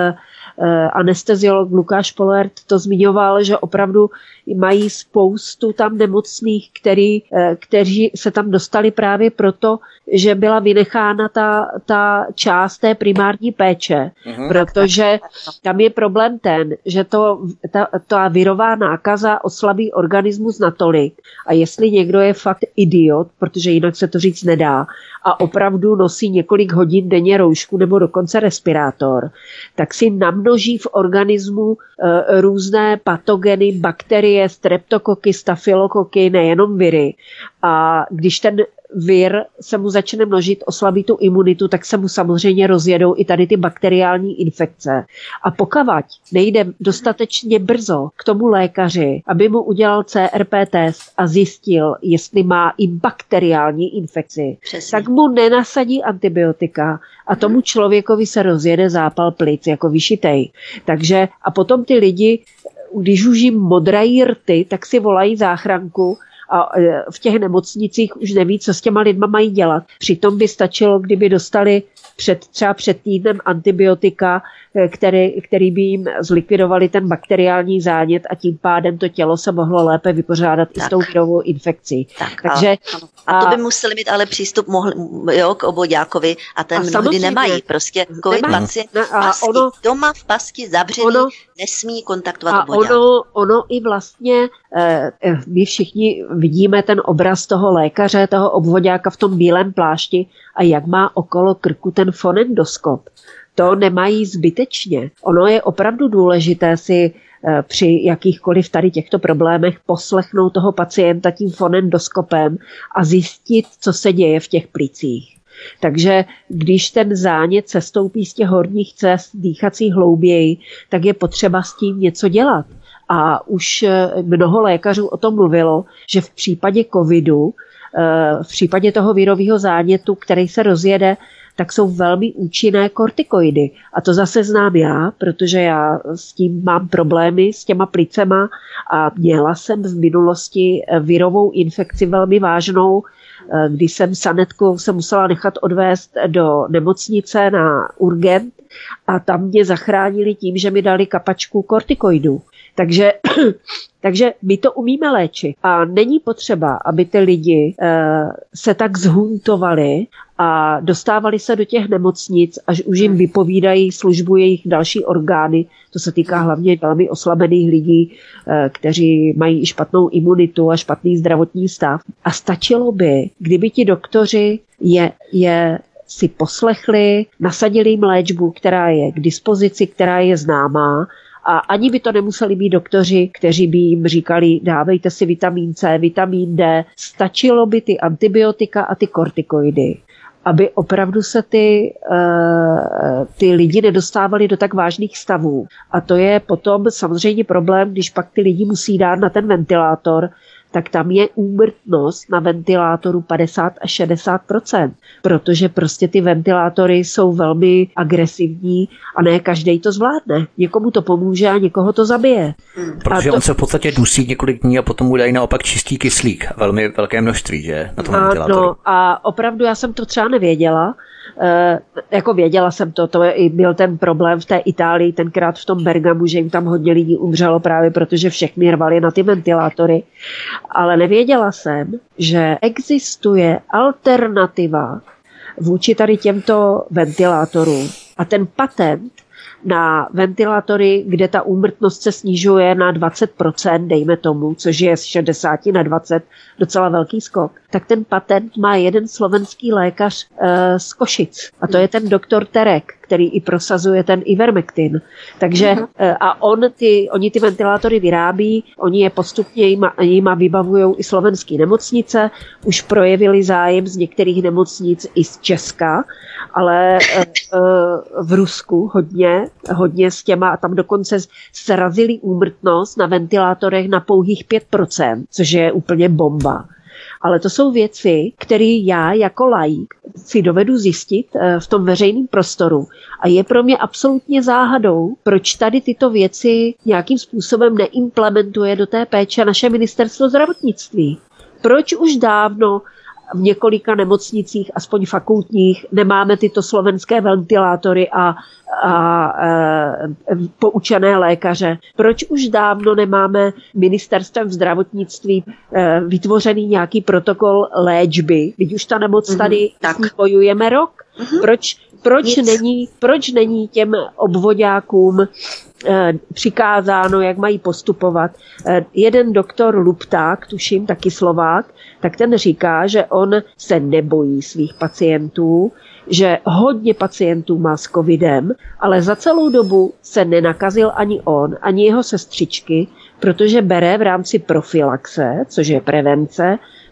anesteziolog Lukáš Polert to zmiňoval, že opravdu mají spoustu tam nemocných, který, kteří se tam dostali právě proto, že byla vynechána ta, ta část té primární péče, uhum. Protože tam je problém ten, že to, ta, ta virová nákaza oslabí organismus natolik a jestli někdo je fakt idiot, protože jinak se to říct nedá, a opravdu nosí několik hodin denně roušku nebo dokonce respirátor, tak si namnoží v organismu e, různé patogeny, bakterie, streptokoky, stafylokoky, nejenom viry. A když ten vir se mu začne množit, oslabí tu imunitu, tak se mu samozřejmě rozjedou i tady ty bakteriální infekce. A pokud nejde dostatečně brzo k tomu lékaři, aby mu udělal C R P test a zjistil, jestli má i bakteriální infekci, Přesně. tak mu nenasadí antibiotika a tomu člověkovi se rozjede zápal plic jako vyšitej. Takže a potom ty lidi, když už jim modrají rty, tak si volají záchranku a v těch nemocnicích už neví, co s těma lidma mají dělat. Přitom by stačilo, kdyby dostali před, třeba před týdnem antibiotika, který, který by jim zlikvidovali ten bakteriální zánět a tím pádem to tělo se mohlo lépe vypořádat tak. i s tou virovou infekcí. Tak, Takže, a, a to by museli mít ale přístup mohli, jo, k obvoďákovi a ten a mnohdy nemají. Prostě covid pacient no, ono, doma v pasti zavřený ono, nesmí kontaktovat obvoďák. Ono, ono i vlastně, eh, my všichni vidíme ten obraz toho lékaře, toho obvoďáka v tom bílém plášti a jak má okolo krku ten fonendoskop. To nemají zbytečně. Ono je opravdu důležité si při jakýchkoliv tady těchto problémech poslechnout toho pacienta tím fonendoskopem a zjistit, co se děje v těch plicích. Takže když ten zánět sestoupí z těch horních cest dýchacích hlouběji, tak je potřeba s tím něco dělat. A už mnoho lékařů o tom mluvilo, že v případě covidu, v případě toho virového zánětu, který se rozjede, tak jsou velmi účinné kortikoidy. A to zase znám já, protože já s tím mám problémy s těma plicema a měla jsem v minulosti virovou infekci velmi vážnou, kdy jsem sanetku se musela nechat odvést do nemocnice na urgent a tam mě zachránili tím, že mi dali kapačku kortikoidů. Takže, takže my to umíme léčit a není potřeba, aby ty lidi e, se tak zhuntovali a dostávali se do těch nemocnic, až už jim vypovídají službu jejich další orgány. To se týká hlavně velmi oslabených lidí, e, kteří mají špatnou imunitu a špatný zdravotní stav. A stačilo by, kdyby ti doktoři je, je si poslechli, nasadili jim léčbu, která je k dispozici, která je známá, a ani by to nemuseli být doktoři, kteří by jim říkali, dávejte si vitamin C, vitamin D. Stačilo by ty antibiotika a ty kortikoidy, aby opravdu se ty, uh, ty lidi nedostávali do tak vážných stavů. A to je potom samozřejmě problém, když pak ty lidi musí dát na ten ventilátor, tak tam je úmrtnost na ventilátoru padesát až šedesát procent, protože prostě ty ventilátory jsou velmi agresivní a ne každej to zvládne. Někomu to pomůže a někoho to zabije. Protože to... on se v podstatě dusí několik dní a potom mu dají naopak čistý kyslík. Velmi velké množství, že? Na tom a, ventilátoru. No, a opravdu já jsem to třeba nevěděla. E, jako věděla jsem to, to je, i byl ten problém v té Itálii, tenkrát v tom Bergamu, že jim tam hodně lidí umřelo právě protože všechny rvali na ty ventilátory. Ale nevěděla jsem, že existuje alternativa vůči tady těmto ventilátorům. A ten patent na ventilátory, kde ta úmrtnost se snižuje na dvacet procent, dejme tomu, což je z šedesát na dvacet, docela velký skok, tak ten patent má jeden slovenský lékař e, z Košic. A to je ten doktor Terek, který i prosazuje ten Ivermectin. Takže e, a on ty, oni ty ventilátory vyrábí, oni je postupně jima, jima vybavují i slovenské nemocnice, už projevili zájem z některých nemocnic i z Česka, ale e, e, v Rusku hodně, hodně s těma, a tam dokonce srazili úmrtnost na ventilátorech na pouhých pět procent, což je úplně bomba. Ale to jsou věci, které já jako laik si dovedu zjistit v tom veřejném prostoru. A je pro mě absolutně záhadou, proč tady tyto věci nějakým způsobem neimplementuje do té péče naše ministerstvo zdravotnictví. Proč už dávno v několika nemocnicích, aspoň fakultních, nemáme tyto slovenské ventilátory a, a e, poučené lékaře. Proč už dávno nemáme ministerstvem zdravotnictví e, vytvořený nějaký protokol léčby, když už ta nemoc tady mm-hmm, s ní bojujeme rok? Mm-hmm. Proč, proč, není, proč není těm obvoďákům přikázáno, jak mají postupovat. Jeden doktor Lupták, tuším, taky Slovák, tak ten říká, že on se nebojí svých pacientů, že hodně pacientů má s covidem, ale za celou dobu se nenakazil ani on, ani jeho sestřičky, protože bere v rámci profilaxe, což je prevence,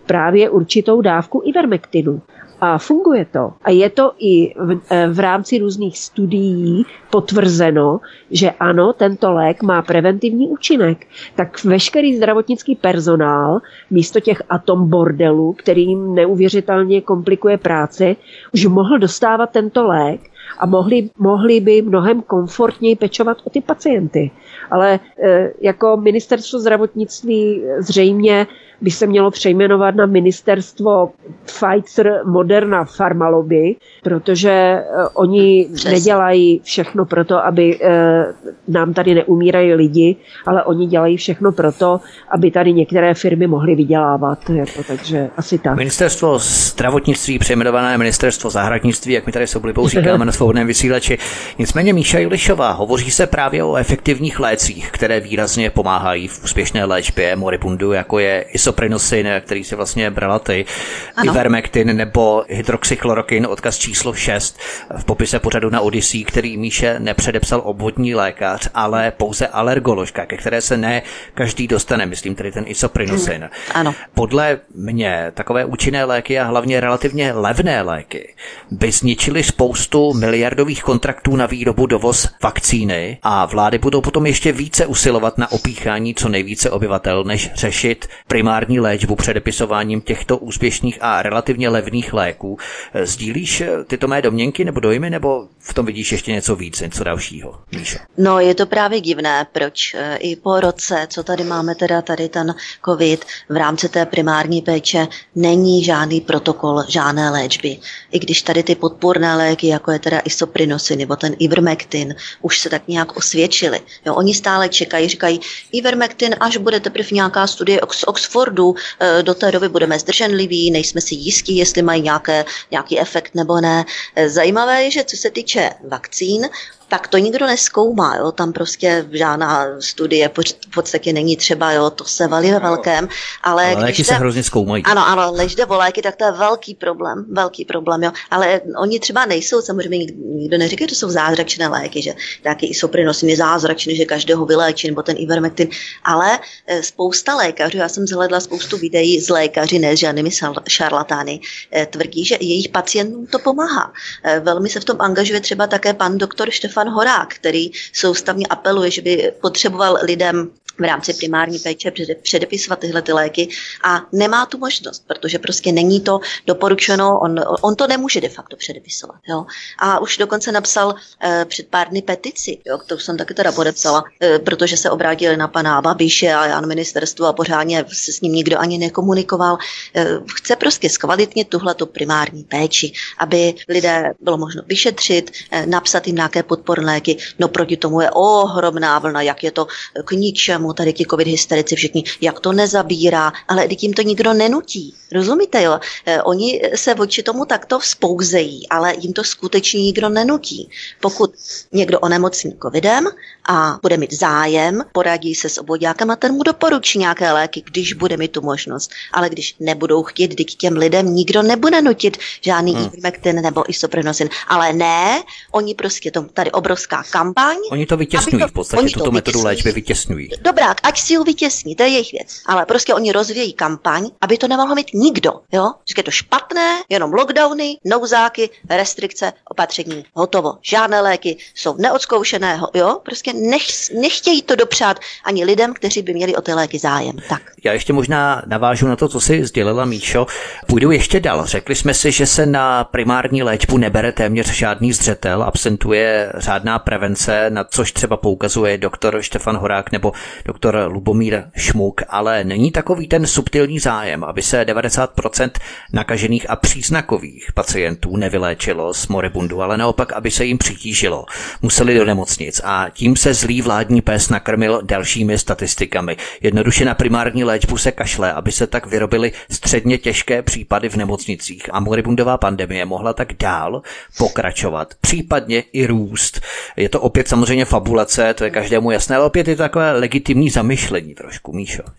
právě určitou dávku ivermektinu. A funguje to. A je to i v, v rámci různých studií potvrzeno, že ano, tento lék má preventivní účinek. Tak veškerý zdravotnický personál místo těch atom bordelů, kterým neuvěřitelně komplikuje práci, už mohl dostávat tento lék a mohli, mohli by mnohem komfortněji pečovat o ty pacienty. Ale e, jako ministerstvo zdravotnictví zřejmě by se mělo přejmenovat na ministerstvo Pfizer Moderna Pharma Lobby, protože uh, oni Přesně. nedělají všechno proto, aby uh, nám tady neumírají lidi, ale oni dělají všechno proto, aby tady některé firmy mohly vydělávat. Jako, takže asi tak. Ministerstvo zdravotnictví, přejmenované ministerstvo zahradnictví, jak my tady s oblibou říkáme na Svobodném vysílači. Nicméně Míša Julišová, hovoří se právě o efektivních lécích, které výrazně pomáhají v úspěšné léčbě moribundu, jako je isoprinosin, který si vlastně brala ty, ano. ivermektin nebo hydroxychlorokin, odkaz číslo šest v popise pořadu na Odyssey, který Míše nepředepsal obvodní lékař, ale pouze alergoložka, ke které se ne každý dostane, myslím tedy ten isoprinosin. Hmm. Ano. Podle mě takové účinné léky a hlavně relativně levné léky by zničily spoustu miliardových kontraktů na výrobu, dovoz vakcíny a vlády budou potom ještě více usilovat na opíchání co nejvíce obyvatel, než řešit primární léčbu předepisováním těchto úspěšných a relativně levných léků. Sdílíš tyto mé domněnky nebo dojmy, nebo v tom vidíš ještě něco víc, něco dalšího? Míšo? No, je to právě divné, proč i po roce, co tady máme teda tady ten covid, v rámci té primární péče není žádný protokol, žádné léčby. I když tady ty podpůrné léky, jako je teda isoprinosin nebo ten ivermektin, už se tak nějak osvědčily. Jo, oni stále čekají, říkají, ivermektin, až bude teprve nějaká studie z Oxfordu, do té doby budeme zdrženliví, nejsme si jistí, jestli mají nějaké, nějaký efekt nebo ne. Zajímavé je, že co se týče vakcín, tak to nikdo nezkoumá, jo? Tam prostě žádná studie v podstatě není třeba, jo? To se valí ve velkém. Ale, ale léky se hrozně zkoumají. Ano, ano, lež jde o léky, tak to je velký problém, velký problém, jo. Ale oni třeba nejsou, samozřejmě nikdo neříká, že to jsou zázračné léky, že taky isoprinosin je zázračný, že každého vyléčí, nebo ten ivermektin, ale spousta lékařů, já jsem zhledla spoustu videí z lékaři, ne s žádnými šarlatány, tvrdí, že jejich pacientům to pomáhá. Velmi se v tom angažuje třeba také pan doktor Štefan Horák, který soustavně apeluje, že by potřeboval lidem v rámci primární péče předepisovat tyhle ty léky a nemá tu možnost, protože prostě není to doporučeno, on, on to nemůže de facto předepisovat. Jo? A už dokonce napsal eh, před pár dny petici, jo, kterou jsem taky teda podepsala, eh, protože se obrátili na pana Babiše a já na ministerstvu a pořádně se s ním nikdo ani nekomunikoval. Eh, chce prostě zkvalitnit tuhletu primární péči, aby lidé bylo možno vyšetřit, eh, napsat jim nějaké podporné léky, no proti tomu je ohromná vlna, jak je to k ničemu, tady ti covid hysterici všichni, jak to nezabírá, ale tím to nikdo nenutí. Rozumíte, jo? Eh, oni se vůči tomu takto vzpouzejí, ale jim to skutečně nikdo nenutí. Pokud někdo onemocní covidem a bude mít zájem, poradí se s obvoďákem a ten mu doporučí nějaké léky, když bude mít tu možnost. Ale když nebudou chtít, když těm lidem nikdo nebude nutit žádný hmm. ivermektin nebo isoprinosin. Ale ne, oni prostě to tady obrovská kampaň. Oni to vytěsňují, to, v podstatě tuto metodu léčby vytěsňují. Dobrá, ať si ji vytěsní, to je jejich věc. Ale prostě oni rozvíjejí kampaň, aby to nemohlo mít nikdo. Jo? Říkají to špatné, jenom lockdowny, nouzáky, restrikce, opatření, hotovo. Žádné léky jsou neodzkoušené, jo? Prostě nech, nechtějí to dopřát ani lidem, kteří by měli o ty léky zájem. Tak. Já ještě možná navážu na to, co si sdělila Míšo. Půjdu ještě dál. Řekli jsme si, že se na primární léčbu nebere téměř žádný zřetel, absentuje řádná prevence, na což třeba poukazuje doktor Štefan Horák nebo doktor Lubomír Šmuk, ale není takový ten subtilní zájem, aby se devadesát procent nakažených a příznakových pacientů nevyléčilo z moribundu, ale naopak, aby se jim přitížilo. Museli do nemocnic a tím se zlý vládní pes nakrmil dalšími statistikami. Jednoduše na primární léčbu se kašle, aby se tak vyrobily středně těžké případy v nemocnicích a moribundová pandemie mohla tak dál pokračovat, případně i růst. Je to opět samozřejmě fabulace, to je každému jasné, ale opět je to takové legitimní zamyšlení trošku, Míšo.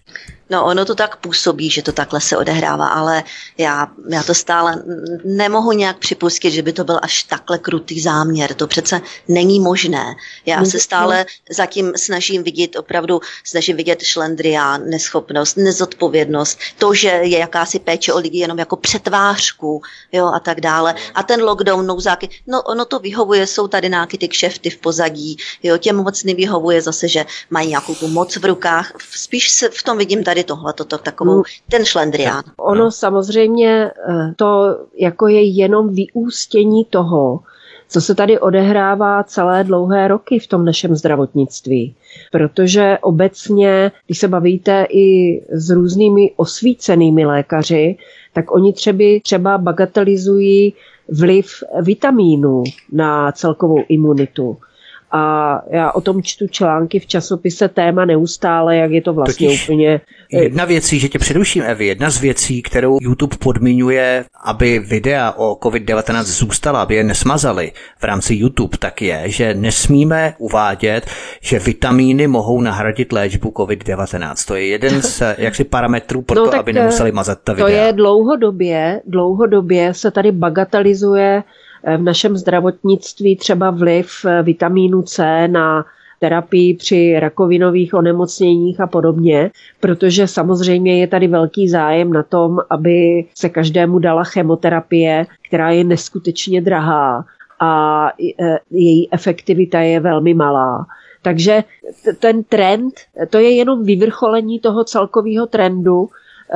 No ono to tak působí, že to takhle se odehrává, ale já, já to stále nemohu nějak připustit, že by to byl až takhle krutý záměr. To přece není možné. Já se stále zatím snažím vidět opravdu, snažím vidět šlendrián, neschopnost, nezodpovědnost, to, že je jakási péče o lidi jenom jako přetvářku, jo, a tak dále. A ten lockdown, nouzáky, no ono to vyhovuje, jsou tady nějaký ty kšefty v pozadí, jo, těm moc nevyhovuje zase, že mají nějakou tu moc v rukách. Spíš se v tom vidím tady tohle, toto, takovou, ten šlendrián. Ono samozřejmě to jako je jenom vyústění toho, co se tady odehrává celé dlouhé roky v tom našem zdravotnictví. Protože obecně, když se bavíte i s různými osvícenými lékaři, tak oni třeba, třeba bagatelizují vliv vitamínů na celkovou imunitu. A já o tom čtu články v časopise Téma neustále, jak je to vlastně Totiž úplně... Jedna věcí, že tě předuším, Evi, jedna z věcí, kterou YouTube podmiňuje, aby videa o covid devatenáct zůstala, aby je nesmazali v rámci YouTube, tak je, že nesmíme uvádět, že vitamíny mohou nahradit léčbu covid devatenáct. To je jeden z jaksi parametrů pro no, to, aby nemuseli mazat ta videa. To je dlouhodobě, dlouhodobě se tady bagatelizuje v našem zdravotnictví třeba vliv vitamínu C na terapii při rakovinových onemocněních a podobně, protože samozřejmě je tady velký zájem na tom, aby se každému dala chemoterapie, která je neskutečně drahá a její efektivita je velmi malá. Takže ten trend, to je jenom vyvrcholení toho celkového trendu,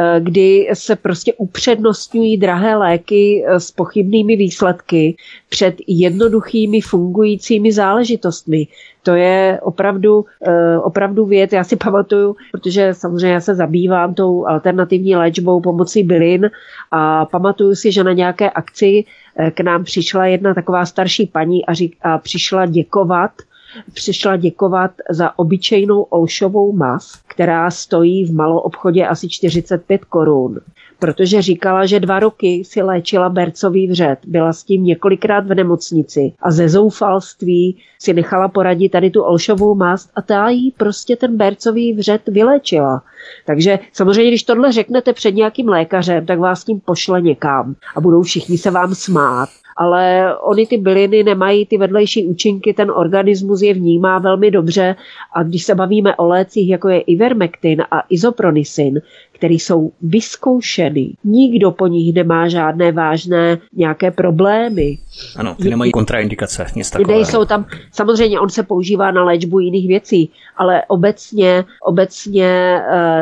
kdy se prostě upřednostňují drahé léky s pochybnými výsledky před jednoduchými fungujícími záležitostmi. To je opravdu, opravdu věc, já si pamatuju, protože samozřejmě já se zabývám tou alternativní léčbou pomocí bylin a pamatuju si, že na nějaké akci k nám přišla jedna taková starší paní a, řík, a přišla děkovat přišla děkovat za obyčejnou olšovou maz, která stojí v maloobchodě asi čtyřicet pět korun, protože říkala, že dva roky si léčila bercový vřet, byla s tím několikrát v nemocnici a ze zoufalství si nechala poradit tady tu olšovou mast a ta jí prostě ten bercový vřet vyléčila. Takže samozřejmě, když tohle řeknete před nějakým lékařem, tak vás tím pošle někam a budou všichni se vám smát. Ale oni ty byliny nemají ty vedlejší účinky, ten organismus je vnímá velmi dobře a když se bavíme o lécích, jako je Ivermectin a Isopronisin, které jsou vyzkoušeny, nikdo po nich nemá žádné vážné nějaké problémy. Ano, ty nemají kontraindikace, nic takového. Jsou tam, samozřejmě on se používá na léčbu jiných věcí, ale obecně, obecně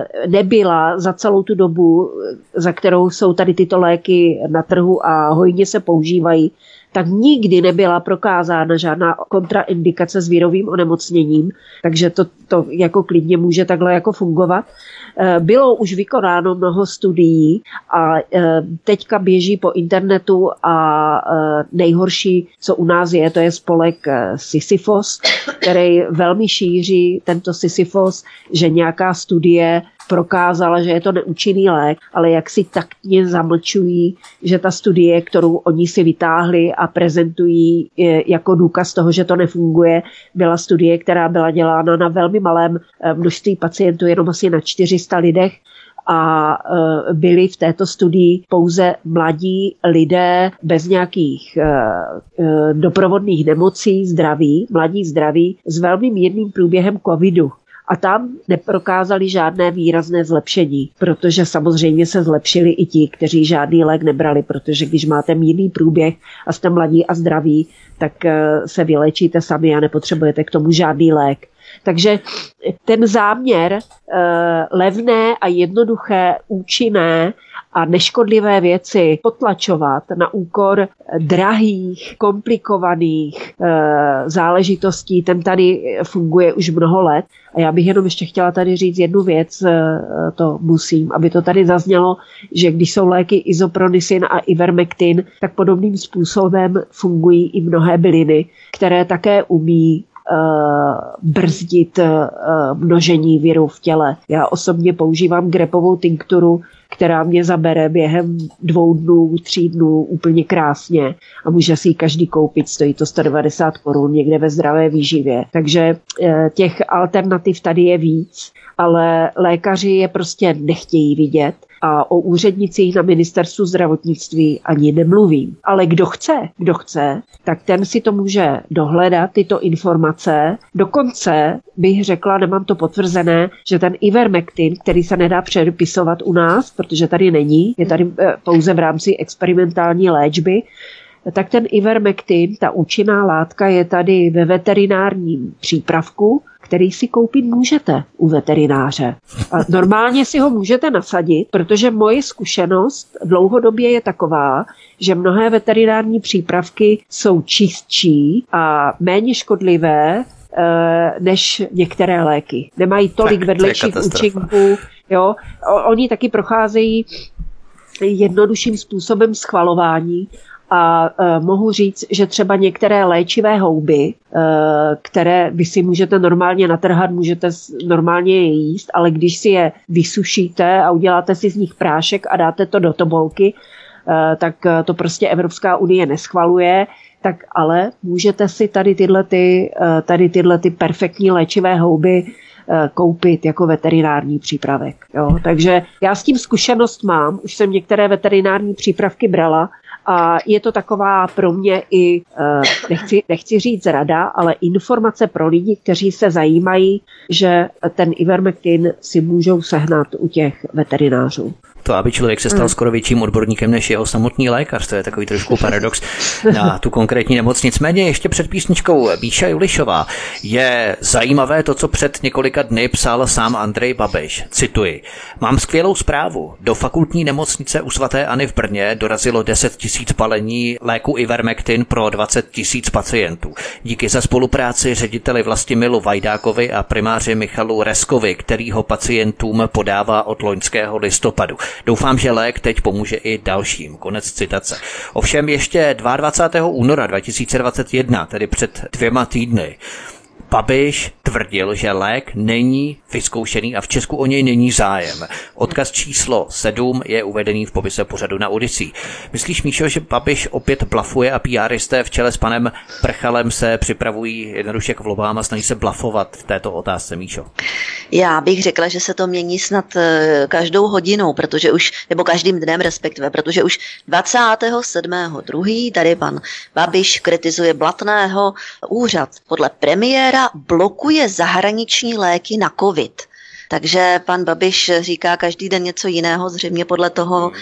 nebyla za celou tu dobu, za kterou jsou tady tyto léky na trhu a hojně se používají, tak nikdy nebyla prokázána žádná kontraindikace s virovým onemocněním, takže to, to jako klidně může takhle jako fungovat. Bylo už vykonáno mnoho studií a teďka běží po internetu a nejhorší, co u nás je, to je spolek Sisyfos, který velmi šíří tento Sisyfos, že nějaká studie prokázala, že je to neúčinný lék, ale jak si taktně zamlčují, že ta studie, kterou oni si vytáhli a prezentují jako důkaz toho, že to nefunguje, byla studie, která byla dělána na velmi malém množství pacientů, jenom asi na čtyři sta lidech a byli v této studii pouze mladí lidé bez nějakých doprovodných nemocí, zdraví, mladí zdraví s velmi mírným průběhem covidu. A tam neprokázali žádné výrazné zlepšení, protože samozřejmě se zlepšili i ti, kteří žádný lék nebrali, protože když máte mírný průběh a jste mladí a zdraví, tak se vylečíte sami a nepotřebujete k tomu žádný lék. Takže ten záměr levné a jednoduché, účinné a neškodlivé věci potlačovat na úkor drahých, komplikovaných záležitostí, ten tady funguje už mnoho let. A já bych jenom ještě chtěla tady říct jednu věc, to musím, aby to tady zaznělo, že když jsou léky Isopronisin a Ivermectin, tak podobným způsobem fungují i mnohé byliny, které také umí brzdit množení viru v těle. Já osobně používám grepovou tinkturu, která mě zabere během dvou dnů, tří dnů úplně krásně a může si ji každý koupit, stojí to sto devadesát korun někde ve Zdravé výživě. Takže těch alternativ tady je víc, ale lékaři je prostě nechtějí vidět a o úřednicích na ministerstvu zdravotnictví ani nemluvím. Ale kdo chce, kdo chce, tak ten si to může dohledat, tyto informace. Dokonce bych řekla, nemám to potvrzené, že ten Ivermectin, který se nedá předepisovat u nás, protože tady není, je tady pouze v rámci experimentální léčby, tak ten Ivermectin, ta účinná látka je tady ve veterinárním přípravku, který si koupit můžete u veterináře. A normálně si ho můžete nasadit, protože moje zkušenost dlouhodobě je taková, že mnohé veterinární přípravky jsou čistší a méně škodlivé než některé léky. Nemají tolik vedlejších účinků. Jo? Oni taky procházejí jednodušším způsobem schvalování. A e, mohu říct, že třeba některé léčivé houby, e, které vy si můžete normálně natrhat, můžete normálně je jíst, ale když si je vysušíte a uděláte si z nich prášek a dáte to do tobolky, e, tak to prostě Evropská unie neschvaluje, tak ale můžete si tady tyhle, ty, tady tyhle ty perfektní léčivé houby koupit jako veterinární přípravek. Jo? Takže já s tím zkušenost mám, už jsem některé veterinární přípravky brala, a je to taková pro mě i, nechci, nechci říct rada, ale informace pro lidi, kteří se zajímají, že ten Ivermectin si můžou sehnat u těch veterinářů. To, aby člověk se stal skoro větším odborníkem než jeho samotný lékař, to je takový trošku paradox na tu konkrétní nemoc. Nicméně ještě před písničkou Míša Julišová je zajímavé to, co před několika dny psal sám Andrej Babiš. Cituji. Mám skvělou zprávu. Do fakultní nemocnice u svaté Anny v Brně dorazilo deset tisíc balení léku Ivermectin pro dvacet tisíc pacientů. Díky za spolupráci řediteli Vlastimilu Vajdákovi a primáři Michalu Reskovi, který ho pacientům podává od loňského listopadu. Doufám, že lék teď pomůže i dalším. Konec citace. Ovšem ještě dvacátého druhého února dva tisíce dvacet jedna, tedy před dvěma týdny, Babiš tvrdil, že lék není vyzkoušený a v Česku o něj není zájem. Odkaz číslo sedm je uvedený v popise pořadu na Odyssey. Myslíš, Míšo, že Babiš opět blafuje a PRisté v čele s panem Prchalem se připravují jednoduše k volbám a snaží se blafovat v této otázce, Míšo? Já bych řekla, že se to mění snad každou hodinou, protože už, nebo každým dnem respektive, protože už dvacátého sedmého druhého tady pan Babiš kritizuje Blatného. Úřad podle premiéra blokuje zahraniční léky na covid. Takže pan Babiš říká každý den něco jiného, zřejmě podle toho,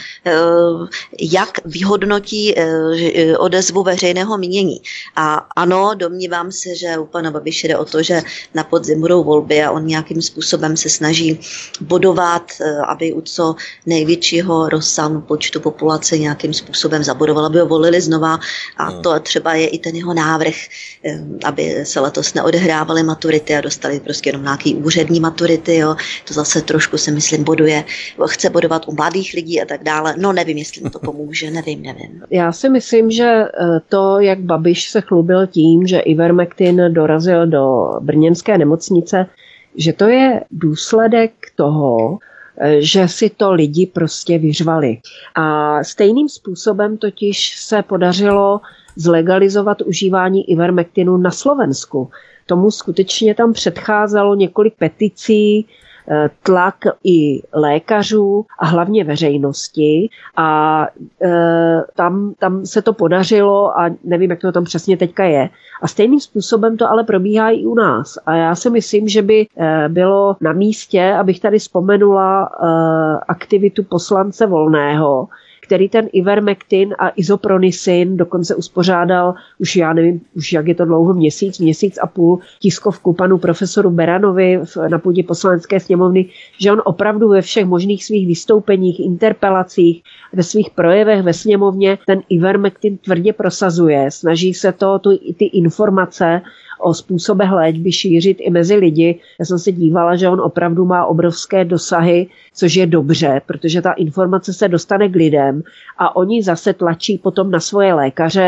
jak vyhodnotí odezvu veřejného mínění. A ano, domnívám se, že u pana Babiše jde o to, že na podzim budou volby a on nějakým způsobem se snaží bodovat, aby u co největšího rozsahu počtu populace nějakým způsobem zabodoval, aby ho volili znova. A to třeba je i ten jeho návrh, aby se letos neodehrávaly maturity a dostali prostě jenom nějaký úřední maturity, jo. To zase trošku si myslím boduje, chce bodovat u mladých lidí a tak dále. No nevím, jestli mi to pomůže, nevím, nevím. Já si myslím, že to, jak Babiš se chlubil tím, že Ivermectin dorazil do brněnské nemocnice, že to je důsledek toho, že si to lidi prostě vyřvali. A stejným způsobem totiž se podařilo zlegalizovat užívání Ivermectinu na Slovensku. Tomu skutečně tam předcházelo několik peticí, tlak i lékařů a hlavně veřejnosti a e, tam, tam se to podařilo a nevím, jak to tam přesně teďka je. A stejným způsobem to ale probíhá i u nás. A já si myslím, že by e, bylo na místě, abych tady vzpomenula e, aktivitu poslance Volného, který ten Ivermectin a Isopronisin dokonce uspořádal už já nevím, už jak je to dlouho, měsíc, měsíc a půl tiskovku panu profesoru Beranovi na půdě poslanecké sněmovny, že on opravdu ve všech možných svých vystoupeních, interpelacích, ve svých projevech ve sněmovně ten Ivermectin tvrdě prosazuje. Snaží se to, tu, ty informace o způsobech léčby šířit i mezi lidi. Já jsem se dívala, že on opravdu má obrovské dosahy, což je dobře, protože ta informace se dostane k lidem a oni zase tlačí potom na svoje lékaře,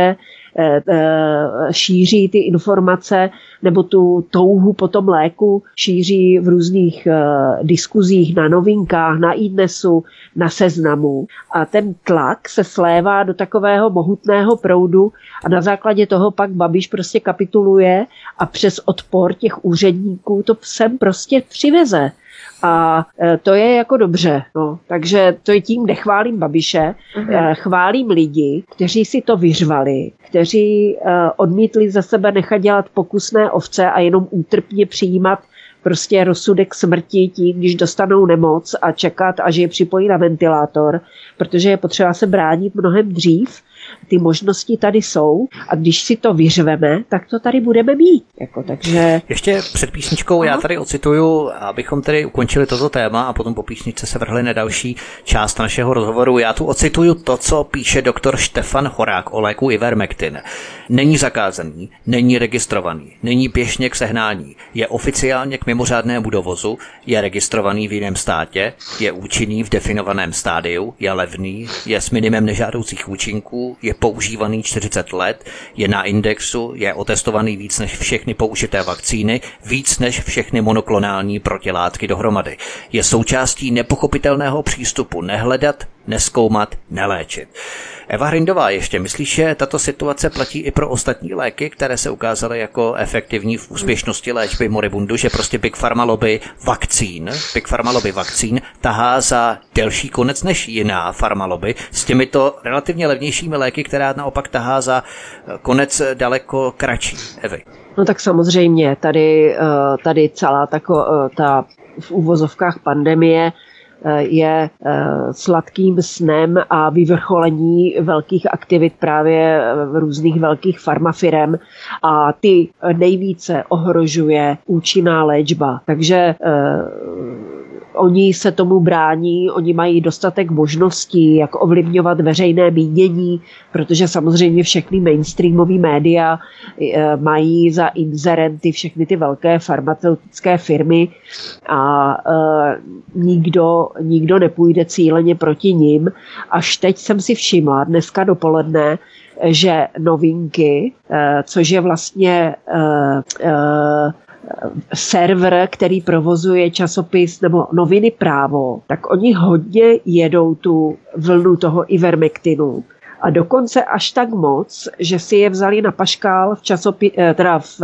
šíří ty informace nebo tu touhu po tom léku, šíří v různých diskuzích na Novinkách, na iDnesu, na Seznamu. A ten tlak se slévá do takového mohutného proudu a na základě toho pak Babiš prostě kapituluje a přes odpor těch úředníků to sem prostě přiveze. A to je jako dobře. No. Takže to je tím, nechválím Babiše, uh-huh. chválím lidi, kteří si to vyřvali, kteří odmítli za sebe nechat dělat pokusné ovce a jenom útrpně přijímat prostě rozsudek smrti tím, když dostanou nemoc a čekat, až je připojí na ventilátor, protože je potřeba se bránit mnohem dřív. Ty možnosti tady jsou a když si to vyřveme, tak to tady budeme mít. Jako, takže... Ještě před písničkou já tady ocituju, abychom tedy ukončili toto téma a potom po písničce se vrhli na další část našeho rozhovoru. Já tu ocituju to, co píše doktor Štefan Horák o léku Ivermectin. Není zakázaný, není registrovaný, není běžně k sehnání, je oficiálně k mimořádnému dovozu, je registrovaný v jiném státě, je účinný v definovaném stádiu, je levný, je s minimem nežádoucích účinků, je používaný čtyřicet let, je na indexu, je otestovaný víc než všechny použité vakcíny, víc než všechny monoklonální protilátky dohromady. Je součástí nepochopitelného přístupu nehledat, nezkoumat, neléčit. Eva Hrindová, ještě myslíš, že tato situace platí i pro ostatní léky, které se ukázaly jako efektivní v úspěšnosti léčby moribundu, že prostě Big Pharma lobby vakcín, Big Pharma lobby vakcín tahá za delší konec než jiná pharma lobby s těmito relativně levnějšími léky, která naopak tahá za konec daleko kratší. Evy. No tak samozřejmě, tady, tady celá tako, ta v úvozovkách pandemie je sladkým snem a vyvrcholení velkých aktivit právě v různých velkých farmafirem a ty nejvíce ohrožuje účinná léčba. Takže oni se tomu brání, oni mají dostatek možností, jak ovlivňovat veřejné mínění, protože samozřejmě všechny mainstreamové média mají za inzerenty všechny ty velké farmaceutické firmy a nikdo, nikdo nepůjde cíleně proti nim. Až teď jsem si všimla, dneska dopoledne, že Novinky, což je vlastně server, který provozuje časopis nebo noviny Právo, tak oni hodně jedou tu vlnu toho Ivermectinu. A dokonce až tak moc, že si je vzali na paškál v časopis, teda v,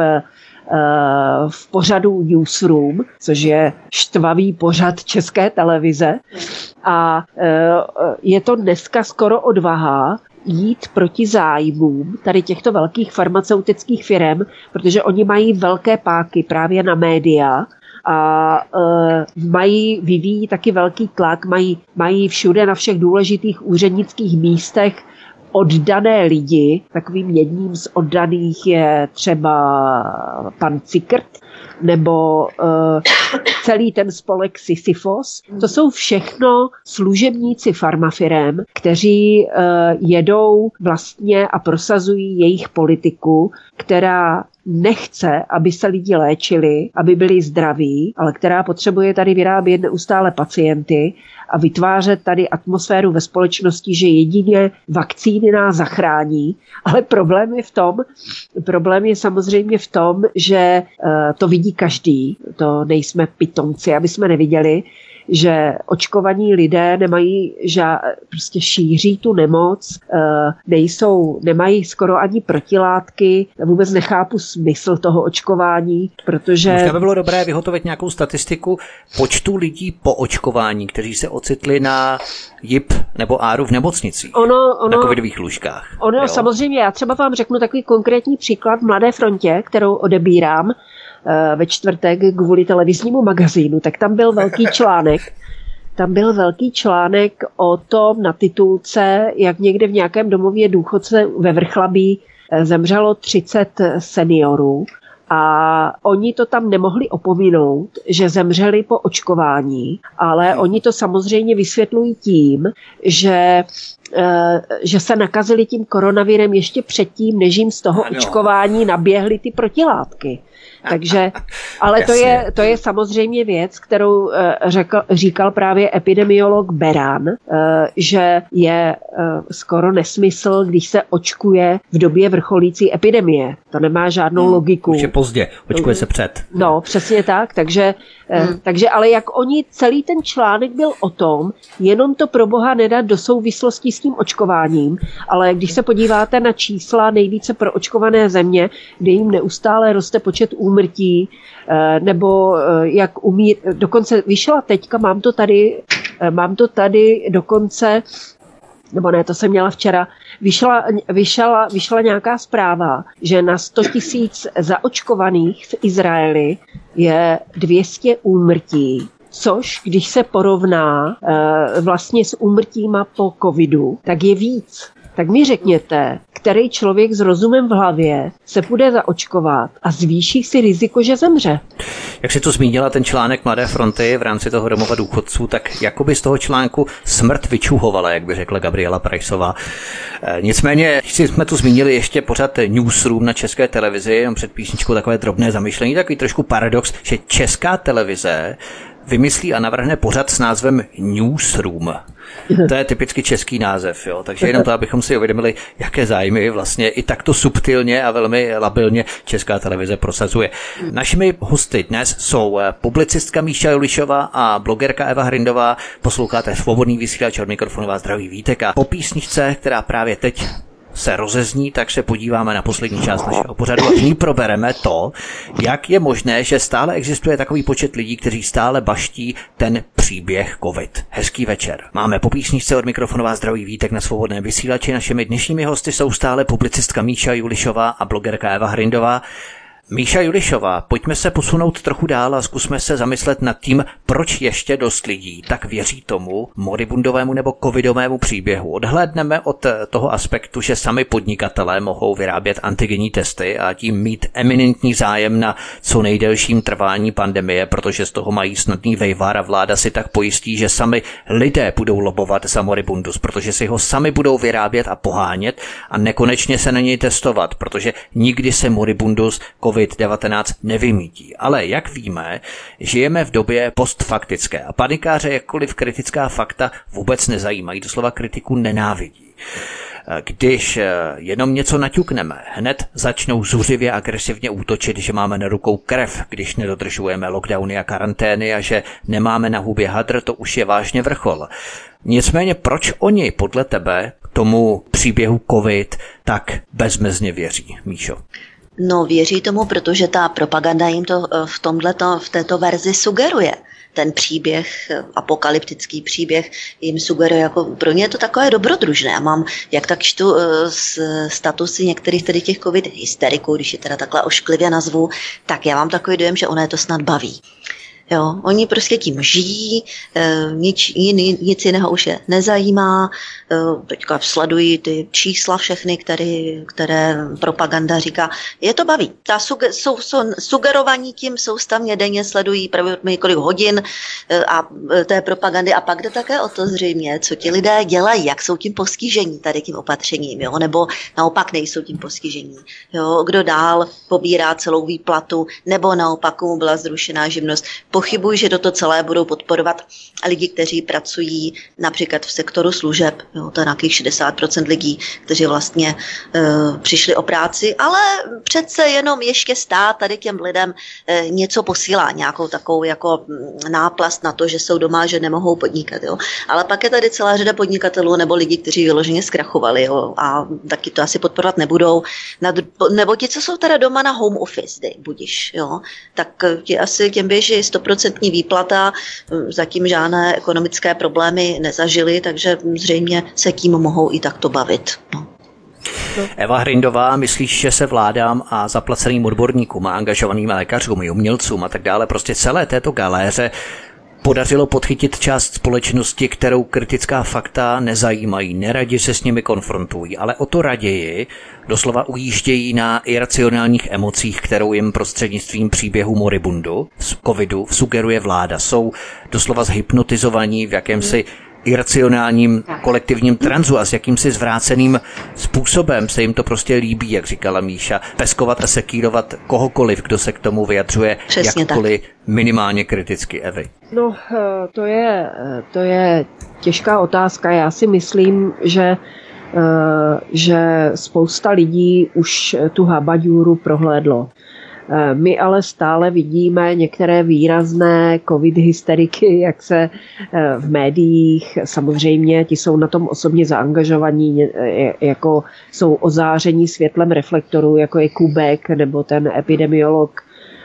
v pořadu Newsroom, což je štvavý pořad České televize. A je to dneska skoro odvaha jít proti zájmům tady těchto velkých farmaceutických firm, protože oni mají velké páky právě na média a e, mají, vyvíjí taky velký tlak, mají, mají všude na všech důležitých úřednických místech oddané lidi. Takovým jedním z oddaných je třeba pan Cikrt, nebo uh, celý ten spolek Sisyfos. To jsou všechno služebníci farmafirem, kteří uh, jedou vlastně a prosazují jejich politiku, která nechce, aby se lidi léčili, aby byli zdraví, ale která potřebuje tady vyrábět neustále pacienty a vytvářet tady atmosféru ve společnosti, že jedině vakcíny nás zachrání. Ale problém je v tom, problém je samozřejmě v tom, že uh, to vidí každý, to nejsme pitomci, aby jsme neviděli, že očkovaní lidé nemají, že prostě šíří tu nemoc, nejsou, nemají skoro ani protilátky, vůbec nechápu smysl toho očkování, protože... Možná by bylo dobré vyhotovit nějakou statistiku počtu lidí po očkování, kteří se ocitli na J I P nebo áru v nemocnicích, ono, ono, na covidových lůžkách. Ono jo? Samozřejmě, já třeba vám řeknu takový konkrétní příklad v Mladé frontě, kterou odebírám ve čtvrtek kvůli televiznímu magazínu, tak tam byl velký článek. Tam byl velký článek o tom na titulce, jak někde v nějakém domově důchodce ve Vrchlabí zemřelo třicet seniorů A oni to tam nemohli opominout, že zemřeli po očkování, ale oni to samozřejmě vysvětlují tím, že že se nakazili tím koronavirem ještě předtím, než jim z toho ano. očkování naběhly ty protilátky. Takže, ale to je, to je samozřejmě věc, kterou řekl, říkal právě epidemiolog Beran, že je skoro nesmysl, když se očkuje v době vrcholící epidemie. To nemá žádnou hmm, logiku. Už je pozdě, očkuje se před. No, přesně tak, takže, hmm. takže ale jak oni, celý ten článek byl o tom, jenom to pro boha nedat do souvislosti s tím očkováním, ale když se podíváte na čísla nejvíce proočkované země, kde jim neustále roste počet úmrtí, nebo jak umí, dokonce vyšla teďka, mám to tady, mám to tady dokonce, nebo ne, to jsem měla včera, vyšla, vyšla, vyšla nějaká zpráva, že na sto tisíc zaočkovaných v Izraeli je dvě stě úmrtí, což, když se porovná e, vlastně s úmrtíma po covidu, tak je víc. Tak mi řekněte, který člověk s rozumem v hlavě se půjde zaočkovat a zvýší si riziko, že zemře. Jak si to zmínila ten článek Mladé fronty v rámci toho domova důchodců, tak jakoby z toho článku smrt vyčuhovala, jak by řekla Gabriela Prajsová. E, nicméně, když jsme tu zmínili ještě pořád Newsroom na České televizi, jenom před písničkou takové drobné zamyšlení, takový trošku paradox, že Česká televize vymyslí a navrhne pořad s názvem Newsroom. To je typicky český název, jo? Takže jenom to, abychom si uvědomili, jaké zájmy vlastně i takto subtilně a velmi labilně Česká televize prosazuje. Našimi hosty dnes jsou publicistka Míša Julišová a blogerka Eva Hrindová. Posloucháte Svobodný vysílač, od mikrofonu vás zdraví Vítek a po písničce, která právě teď se rozezní, tak se podíváme na poslední část našeho pořadu a v ní probereme to, jak je možné, že stále existuje takový počet lidí, kteří stále baští ten příběh COVID. Hezký večer. Máme po písničce, od mikrofonu vás zdraví Vítek na Svobodném vysílači. Našimi dnešními hosty jsou stále publicistka Míša Julišová a blogerka Eva Hrindová. Míša Julišová, pojďme se posunout trochu dál a zkusme se zamyslet nad tím, proč ještě dost lidí tak věří tomu moribundovému nebo covidovému příběhu. Odhlédneme od toho aspektu, že sami podnikatelé mohou vyrábět antigenní testy a tím mít eminentní zájem na co nejdelším trvání pandemie, protože z toho mají snadný vejvar a vláda si tak pojistí, že sami lidé budou lobovat za moribundus, protože si ho sami budou vyrábět a pohánět a nekonečně se na něj testovat, protože nikdy se moribundus covid devatenáct nevymítí. Ale jak víme, žijeme v době postfaktické a panikáře jakkoliv kritická fakta vůbec nezajímají, doslova kritiku nenávidí. Když jenom něco naťukneme, hned začnou zuřivě agresivně útočit, že máme na rukou krev, když nedodržujeme lockdowny a karantény a že nemáme na hubě hadr, to už je vážně vrchol. Nicméně proč oni podle tebe tomu příběhu COVID tak bezmezně věří, Míšo? No, věří tomu, protože ta propaganda jim to v tomhleto, v této verzi sugeruje. Ten příběh, apokalyptický příběh, jim sugeruje, jako pro ně je to takové dobrodružné. Já mám, jak tak čtu z statusy některých tedy těch covid hysteriků, když je teda takhle ošklivě nazvu, tak já mám takový dojem, že ono je to snad baví. Jo, oni prostě tím žijí, nic, nic jiného už je nezajímá, teďka sledují ty čísla všechny, které, které propaganda říká. Je to baví. Ta suge, jsou, jsou, sugerovaní tím soustavně denně sledují právě několik hodin a té propagandy a pak jde také o to zřejmě, co ti lidé dělají, jak jsou tím postižení tady tím opatřením, jo, nebo naopak nejsou tím postižení. Jo, kdo dál pobírá celou výplatu, nebo naopak mu byla zrušená živnost. Pochybuji, že toto celé budou podporovat lidi, kteří pracují například v sektoru služeb. Jo, to je nějakých šedesát procent lidí, kteří vlastně e, přišli o práci, ale přece jenom ještě stát tady těm lidem e, něco posílá, nějakou takovou jako náplast na to, že jsou doma, že nemohou podnikat. Jo. Ale pak je tady celá řada podnikatelů nebo lidí, kteří vyloženě zkrachovali, jo, a taky to asi podporovat nebudou. Nebo ti, co jsou teda doma na home office, dej, budiš, jo, tak ti asi těm běží sto procent výplata, zatím žádné ekonomické problémy nezažili, takže zřejmě se tím mohou i takto bavit. No. Eva Hrindová, myslíš, že se vládám a zaplaceným odborníkům a angažovaným lékařům i umělcům a tak dále, prostě celé této galéře podařilo podchytit část společnosti, kterou kritická fakta nezajímají, neradi se s nimi konfrontují, ale o to raději doslova ujíždějí na iracionálních emocích, kterou jim prostřednictvím příběhu moribundu z covidu sugeruje vláda. Jsou doslova zhypnotizovaní v jakémsi iracionálním kolektivním tranzu a s jakýmsi zvráceným způsobem se jim to prostě líbí, jak říkala Míša, peskovat a sekírovat kohokoliv, kdo se k tomu vyjadřuje jakkoliv minimálně kriticky. Evy. No, to je, to je těžká otázka. Já si myslím, že, že spousta lidí už tu habaďůru prohlédlo. My ale stále vidíme některé výrazné covid hysteriky, jak se v médiích, samozřejmě ti jsou na tom osobně zaangažovaní, jako jsou ozáření světlem reflektorů, jako je Kubek nebo ten epidemiolog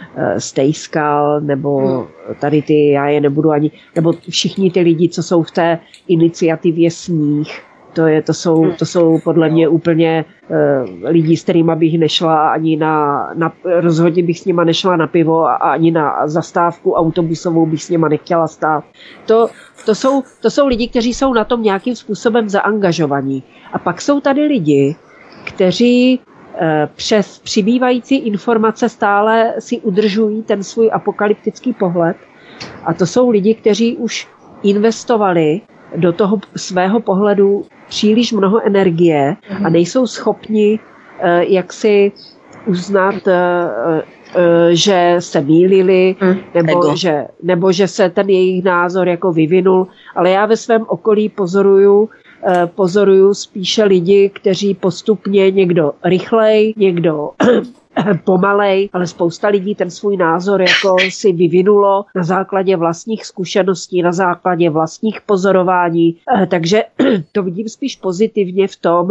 Stejskal, nebo tady ty, já je nebudu ani, nebo všichni ty lidi, co jsou v té iniciativě Sníh. To, je, to, jsou, to jsou podle mě úplně uh, lidi, s kterýma bych nešla ani na, na, rozhodně bych s nima nešla na pivo a ani na zastávku autobusovou bych s nima nechtěla stát. To, to, jsou, to jsou lidi, kteří jsou na tom nějakým způsobem zaangažovaní. A pak jsou tady lidi, kteří uh, přes přibývající informace stále si udržují ten svůj apokalyptický pohled. A to jsou lidi, kteří už investovali do toho svého pohledu příliš mnoho energie a nejsou schopni uh, jaksi uznat, uh, uh, že se mýlili, nebo že, nebo že se ten jejich názor jako vyvinul. Ale já ve svém okolí pozoruju, uh, pozoruju spíše lidi, kteří postupně někdo rychlej, někdo pomalej, ale spousta lidí ten svůj názor jako si vyvinulo na základě vlastních zkušeností, na základě vlastních pozorování. Takže to vidím spíš pozitivně v tom,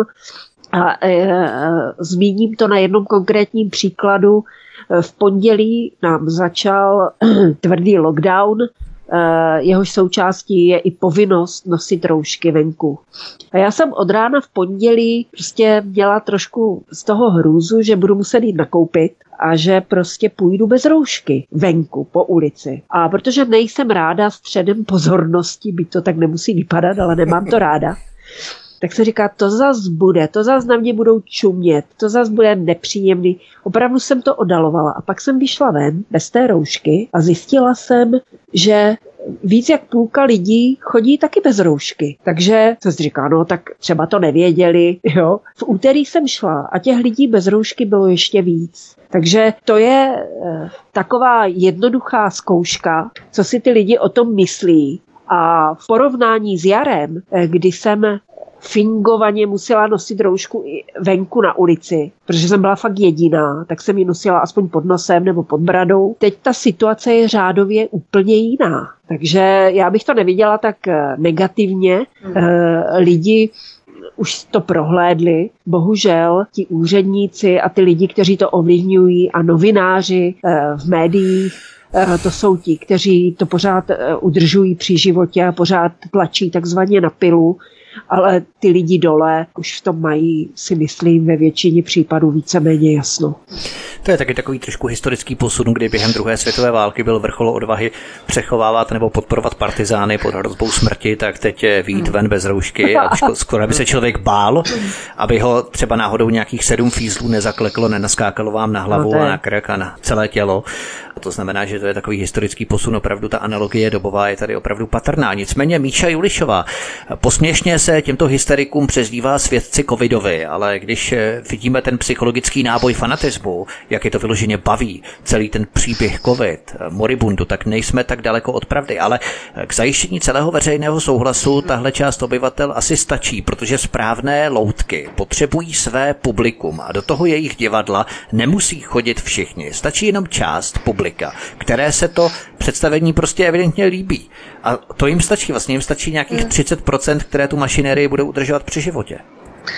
a e, zmíním to na jednom konkrétním příkladu. V pondělí nám začal tvrdý lockdown, jehož součástí je i povinnost nosit roušky venku. A já jsem od rána v pondělí prostě měla trošku z toho hrůzu, že budu muset jít nakoupit a že prostě půjdu bez roušky venku po ulici. A protože nejsem ráda středem pozornosti, byť to tak nemusí vypadat, ale nemám to ráda, tak se říká, to zas bude, to zas na mě budou čumět, to zas bude nepříjemný. Opravdu jsem to odalovala a pak jsem vyšla ven bez té roušky a zjistila jsem, že víc jak půlka lidí chodí taky bez roušky. Takže se říká, no tak třeba to nevěděli, jo. V úterý jsem šla a těch lidí bez roušky bylo ještě víc. Takže to je e, taková jednoduchá zkouška, co si ty lidi o tom myslí. A v porovnání s jarem, e, kdy jsem fingovaně musela nosit roušku i venku na ulici, protože jsem byla fakt jediná, tak jsem ji nosila aspoň pod nosem nebo pod bradou. Teď ta situace je řádově úplně jiná. Takže já bych to neviděla tak negativně. Hmm. Lidi už to prohlédli. Bohužel ti úředníci a ty lidi, kteří to ovlivňují a novináři v médiích, to jsou ti, kteří to pořád udržují při životě a pořád tlačí takzvaně na pilu. Ale ty lidi dole už v tom mají, si myslím, ve většině případů víceméně jasno. To je taky takový trošku historický posun, kdy během druhé světové války byl vrchol odvahy přechovávat nebo podporovat partizány pod hrozbou smrti, tak teď vyjít ven bez roušky a skoro by se člověk bál, aby ho třeba náhodou nějakých sedm fízlů nezakleklo, nenaskákalo vám na hlavu no a na krk a na celé tělo. A to znamená, že to je takový historický posun, opravdu ta analogie dobová je tady opravdu patrná. Nicméně Míša Julišová posměšně se těmto hysterikům přezdívá svědci covidovi, ale když vidíme ten psychologický náboj fanatismu, jak je to vyloženě baví, celý ten příběh covid, moribundu, tak nejsme tak daleko od pravdy, ale k zajištění celého veřejného souhlasu tahle část obyvatel asi stačí, protože správné loutky potřebují své publikum a do toho jejich divadla nemusí chodit všichni, stačí jenom část publika, které se to představení prostě evidentně líbí. A to jim stačí, vlastně jim stačí nějakých třicet procent, které tu mašinérii budou udržovat při životě.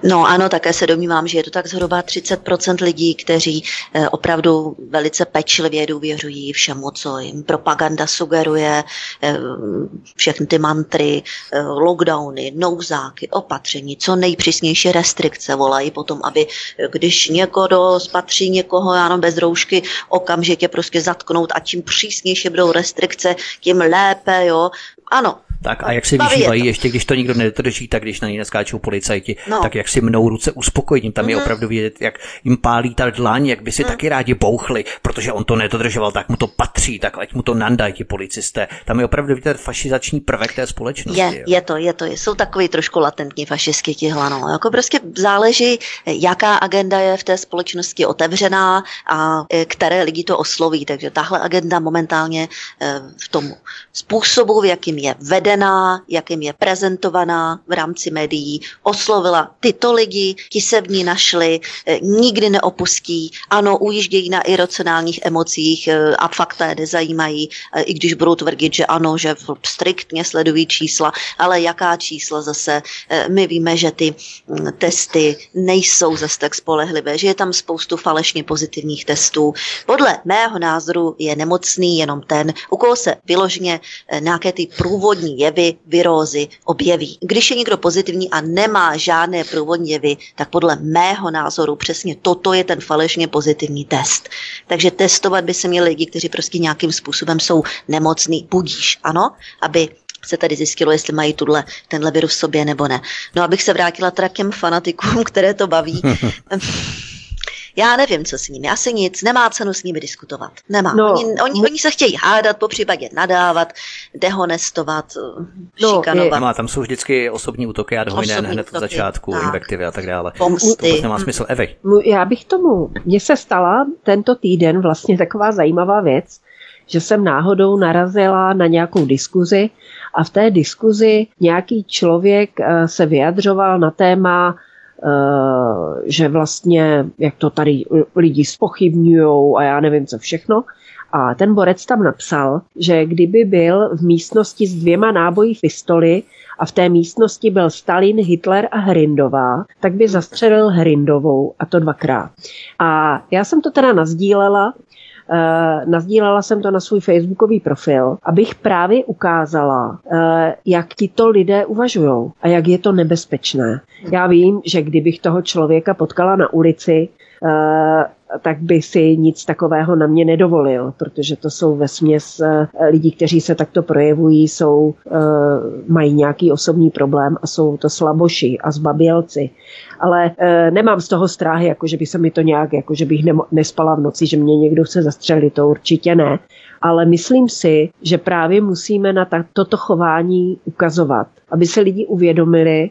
No ano, také se domnívám, že je to tak zhruba třicet procent lidí, kteří eh, opravdu velice pečlivě důvěřují všemu, co jim propaganda sugeruje, eh, všechny ty mantry, eh, lockdowny, nouzáky, opatření, co nejpřísnější restrikce volají potom, aby když někdo spatří někoho, já nevím, bez roušky, okamžitě prostě zatknout a čím přísnější budou restrikce, tím lépe, jo. Ano. Tak a jak si vyžívají, ještě když to nikdo nedodrží, tak když na ní neskáčou policajti, no. tak jak si mnou ruce uspokojením, tam mm. je opravdu vidět, jak jim pálí ta dlaň, jak by si mm. taky rádi bouchli, protože on to nedodržoval, tak mu to patří, tak ať mu to nandají ti policisté. Tam je opravdu vidět fašizační prvek té společnosti. Je, je to, je to, jsou takový trošku latentní fašisti tihle, no. Jako prostě záleží, jaká agenda je v té společnosti otevřená a které lidi to osloví, takže tahle agenda momentálně v tom způsobu, v jakým je vedená, jakým je prezentovaná v rámci médií, oslovila tyto lidi, ti se v ní našli, nikdy neopustí, ano, ujíždějí na iracionálních emocích a fakta je nezajímají, i když budou tvrdit, že ano, že striktně sledují čísla, ale jaká čísla zase, my víme, že ty testy nejsou zase tak spolehlivé, že je tam spoustu falešně pozitivních testů. Podle mého názoru je nemocný jenom ten, u koho se vyloženě nějaké ty průvodní jevy, virózy objeví. Když je někdo pozitivní a nemá žádné průvodní jevy, tak podle mého názoru přesně toto je ten falešně pozitivní test. Takže testovat by se měli lidi, kteří prostě nějakým způsobem jsou nemocní, budíš, ano, aby se tady zjistilo, jestli mají tuhle, tenhle virus v sobě nebo ne. No, abych se vrátila teda k těm fanatikům, které to baví. Já nevím, co s nimi, asi nic, nemá cenu s nimi diskutovat. Nemá. No, oni, oni, oni se chtějí hádat, popřípadě nadávat, dehonestovat, no, šikanovat. No, tam jsou vždycky osobní útoky a dohojné hned od začátku, tak, invektivy a tak dále. Pomsty. To nemá smysl. Evi. Já bych tomu, mně se stala tento týden vlastně taková zajímavá věc, že jsem náhodou narazila na nějakou diskuzi a v té diskuzi nějaký člověk se vyjadřoval na téma, že vlastně, jak to tady lidi zpochybňujou a já nevím co všechno. A ten borec tam napsal, že kdyby byl v místnosti s dvěma náboji pistoli a v té místnosti byl Stalin, Hitler a Hrindová, tak by zastřelil Hrindovou a to dvakrát. A já jsem to teda nazdílela, Uh, nazdílela jsem to na svůj facebookový profil, abych právě ukázala, uh, jak tito lidé uvažujou a jak je to nebezpečné. Já vím, že kdybych toho člověka potkala na ulici, uh, tak by si nic takového na mě nedovolil, protože to jsou vesměs lidi, kteří se takto projevují, jsou, mají nějaký osobní problém a jsou to slaboši a zbabělci. Ale nemám z toho stráhy, jako že by se mi to nějak, jako že bych nespala v noci, že mě někdo chce zastřelit, to určitě ne. Ale myslím si, že právě musíme na toto chování ukazovat, aby se lidi uvědomili,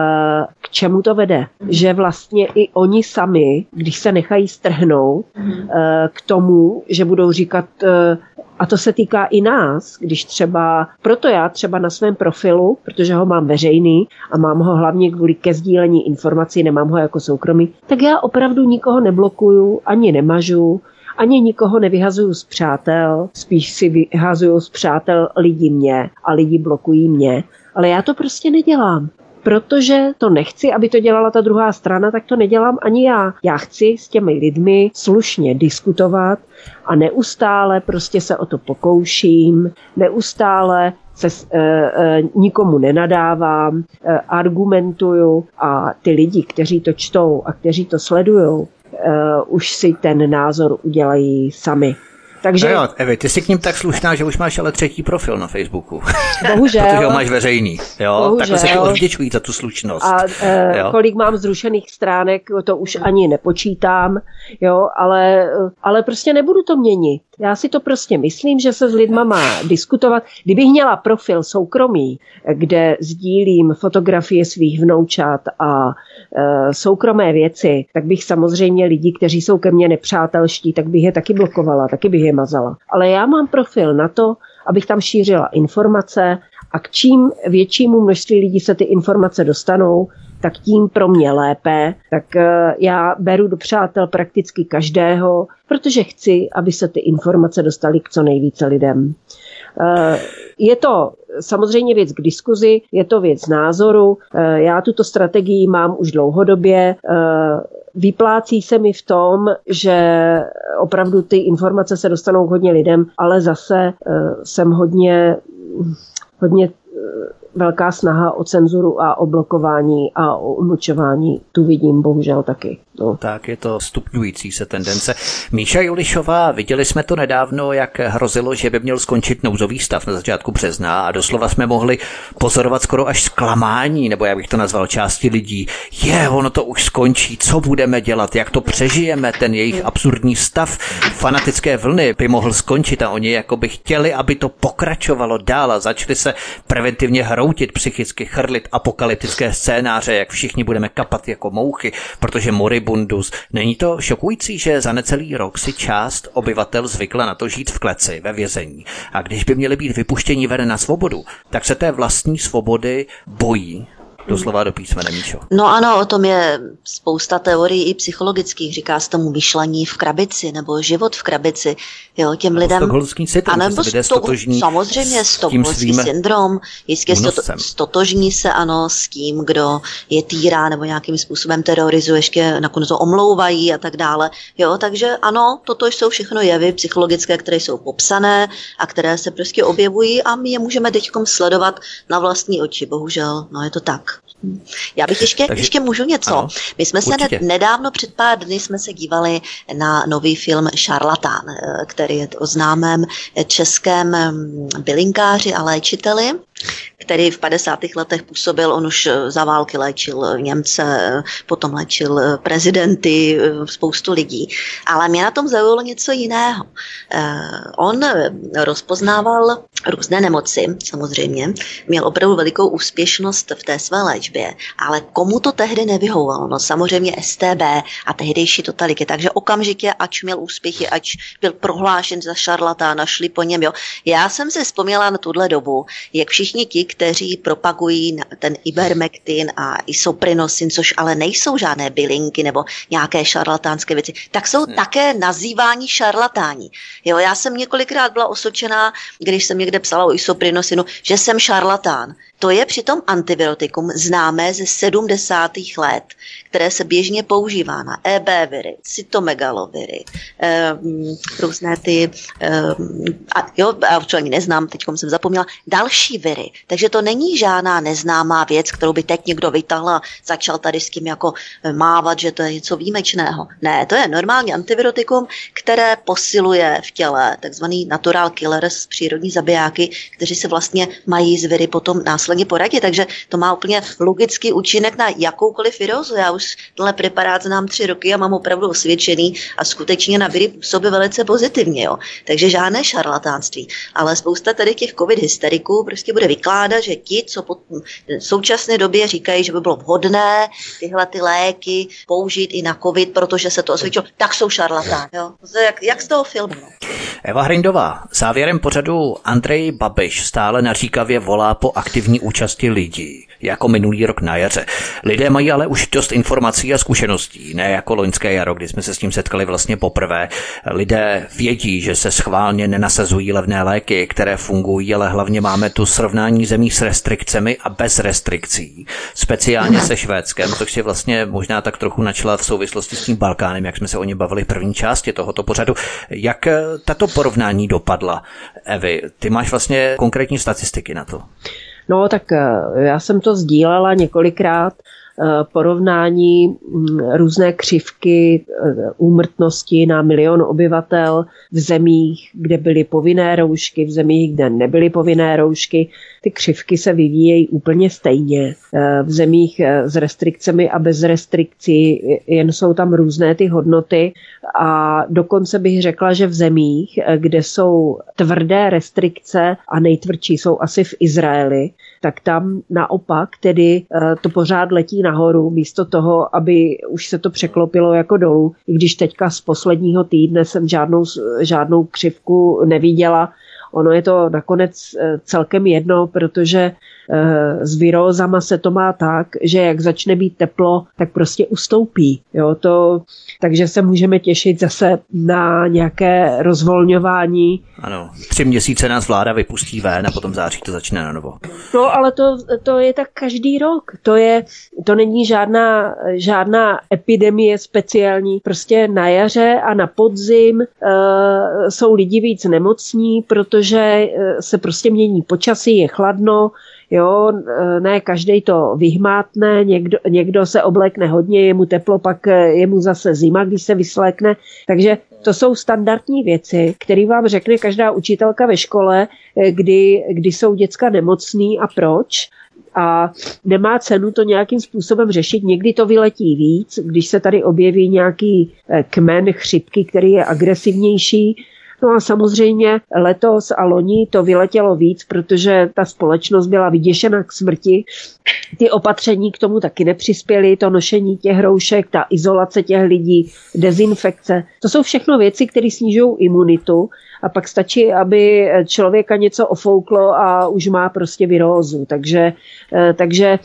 k čemu to vede. Že vlastně i oni sami, když se nechají strhnout k tomu, že budou říkat, a to se týká i nás, když třeba, proto já třeba na svém profilu, protože ho mám veřejný a mám ho hlavně kvůli ke sdílení informací, nemám ho jako soukromý, tak já opravdu nikoho neblokuju, ani nemažu, ani nikoho nevyhazuju z přátel, spíš si vyhazuju z přátel lidi mě a lidi blokují mě, ale já to prostě nedělám. Protože to nechci, aby to dělala ta druhá strana, tak to nedělám ani já. Já chci s těmi lidmi slušně diskutovat a neustále prostě se o to pokouším, neustále se e, e, nikomu nenadávám, e, argumentuju a ty lidi, kteří to čtou a kteří to sledujou, e, už si ten názor udělají sami. Takže... No jo, Evi, ty jsi k ním tak slušná, že už máš ale třetí profil na Facebooku. Bohužel. Protože ho máš veřejný. Jo? Bohužel. Takhle se ti odvděčují za tu slušnost. A e, kolik mám zrušených stránek, to už ani nepočítám, jo, ale, ale prostě nebudu to měnit. Já si to prostě myslím, že se s lidma má diskutovat. Kdybych měla profil soukromý, kde sdílím fotografie svých vnoučat a e, soukromé věci, tak bych samozřejmě lidi, kteří jsou ke mně nepřátelští, tak bych je taky blokovala, taky bych je mazala. Ale já mám profil na to, abych tam šířila informace a k čím většímu množství lidí se ty informace dostanou, tak tím pro mě lépe. Tak já beru do přátel prakticky každého, protože chci, aby se ty informace dostaly k co nejvíce lidem. Je to samozřejmě věc k diskuzi, je to věc názoru. Já tuto strategii mám už dlouhodobě. Vyplácí se mi v tom, že opravdu ty informace se dostanou k hodně lidem, ale zase jsem hodně, hodně velká snaha o cenzuru a o blokování a o umlčování. Tu vidím bohužel taky. No. Tak je to stupňující se tendence. Míša Julišová, viděli jsme to nedávno, jak hrozilo, že by měl skončit nouzový stav na začátku března a doslova jsme mohli pozorovat skoro až zklamání, nebo jak bych to nazval, části lidí. Je, ono to už skončí, co budeme dělat, jak to přežijeme, ten jejich absurdní stav fanatické vlny by mohl skončit a oni jako by chtěli, aby to pokračovalo dál a začali se preventivně hroutit, psychicky chrlit apokalyptické scénáře, jak všichni budeme kapat jako mouchy, protože moribundus. Není to šokující, že za necelý rok si část obyvatel zvykla na to žít v kleci, ve vězení. A když by měli být vypuštěni ven na svobodu, tak se té vlastní svobody bojí. Doslova do písmene, Míšo. No ano, o tom je spousta teorií i psychologických. Říká se tomu myšlení v krabici nebo život v krabici. Jo, těm lidem. Stockholmský syndrom, a nebo lidé sto, stotožní samozřejmě stockholmský syndrom. Jistě stoto, stotožní se ano s tím, kdo je týrá nebo nějakým způsobem terorizuje, ještě nakonec to omlouvají a tak dále. Jo, takže ano, toto jsou všechno jevy psychologické, které jsou popsané a které se prostě objevují a my je můžeme teďkom sledovat na vlastní oči. Bohužel, no je to tak. Já bych ještě, Takže, ještě můžu něco. Ano, my jsme určitě. se nedávno před pár dny jsme se dívali na nový film Šarlatán, který je o známém českém bylinkáři a léčiteli, který v padesátých letech působil, on už za války léčil Němce, potom léčil prezidenty, spoustu lidí. Ale mě na tom zaujalo něco jiného. On rozpoznával různé nemoci, samozřejmě, měl opravdu velikou úspěšnost v té své léčbě, ale komu to tehdy nevyhovovalo? No samozřejmě S T B a tehdejší totaliky, takže okamžitě, ač měl úspěchy, ač byl prohlášen za šarlatána, šli po něm, jo. Já jsem si vzpomněla na tuhle dobu, jak všichni ti, kteří propagují ten ivermectin a isoprinosin, což ale nejsou žádné bylinky nebo nějaké šarlatánské věci, tak jsou hmm. také nazýváni šarlatáni. Jo, já jsem několikrát byla osočená, když jsem někde psala o isoprinosinu, že jsem šarlatán. To je přitom antibiotikum známé ze sedmdesátých let, které se běžně používá na E B viry, cytomegaloviry, um, různé ty, um, a jo, a čo ani neznám, teď jsem zapomněla, další viry. Takže to není žádná neznámá věc, kterou by teď někdo vytahl a začal tady s tím jako mávat, že to je něco výjimečného. Ne, to je normální antibiotikum, které posiluje v těle, takzvaný natural killers, přírodní zabijáky, kteří se vlastně mají z viry potom následně poradit, takže to má úplně logický účinek na jakoukoliv virózu. Já už tenhle preparát znám tři roky a mám opravdu osvědčený a skutečně na viry působí velice pozitivně. Jo. Takže žádné šarlatánství. Ale spousta tady těch covid hysteriků prostě bude vykládat, že ti, co po v současné době říkají, že by bylo vhodné tyhle ty léky použít i na covid, protože se to osvědčilo, tak jsou šarlatáni. Jak, jak z toho filmu. Eva Hrindová, závěrem pořadu Andrej Babiš stále naříkavě volá po aktivní účasti lidí, jako minulý rok na jaře. Lidé mají ale už dost informací a zkušeností, ne jako loňské jaro, kdy jsme se s tím setkali vlastně poprvé. Lidé vědí, že se schválně nenasazují levné léky, které fungují, ale hlavně máme tu srovnání zemí s restrikcemi a bez restrikcí. Speciálně se Švédskem, což si vlastně možná tak trochu načala v souvislosti s tím Balkánem, jak jsme se o ně bavili v první části tohoto pořadu. Jak tato porovnání dopadla, Evi? Ty máš vlastně konkrétní statistiky na to. No tak já jsem to sdílela několikrát, porovnání různé křivky úmrtnosti na milion obyvatel v zemích, kde byly povinné roušky, v zemích, kde nebyly povinné roušky. Ty křivky se vyvíjejí úplně stejně. V zemích s restrikcemi a bez restrikcí jen jsou tam různé ty hodnoty a dokonce bych řekla, že v zemích, kde jsou tvrdé restrikce a nejtvrdší jsou asi v Izraeli, tak tam naopak tedy to pořád letí nahoru, místo toho, aby už se to překlopilo jako dolů. I když teďka z posledního týdne jsem žádnou, žádnou křivku neviděla. ono je to nakonec celkem jedno, protože s virózama se to má tak, že jak začne být teplo, tak prostě ustoupí. Jo, to, takže se můžeme těšit zase na nějaké rozvolňování. Ano, tři měsíce nás vláda vypustí ven a potom září to začne na novo. No, ale to, to je tak každý rok. To, je, to není žádná, žádná epidemie speciální. Prostě na jaře a na podzim uh, jsou lidi víc nemocní, protože se prostě mění počasí, je chladno. Jo, ne každej to vyhmátne, někdo, někdo se oblékne hodně, je mu teplo, pak je mu zase zima, když se vyslékne. Takže to jsou standardní věci, které vám řekne každá učitelka ve škole, kdy, kdy jsou děcka nemocný a proč. A nemá cenu to nějakým způsobem řešit. Někdy to vyletí víc, když se tady objeví nějaký kmen chřipky, který je agresivnější. No a samozřejmě letos a loni to vyletělo víc, protože ta společnost byla vyděšena k smrti. Ty opatření k tomu taky nepřispěly, to nošení těch roušek, ta izolace těch lidí, dezinfekce. To jsou všechno věci, které snižují imunitu a pak stačí, aby člověka něco ofouklo a už má prostě virózu. Takže, takže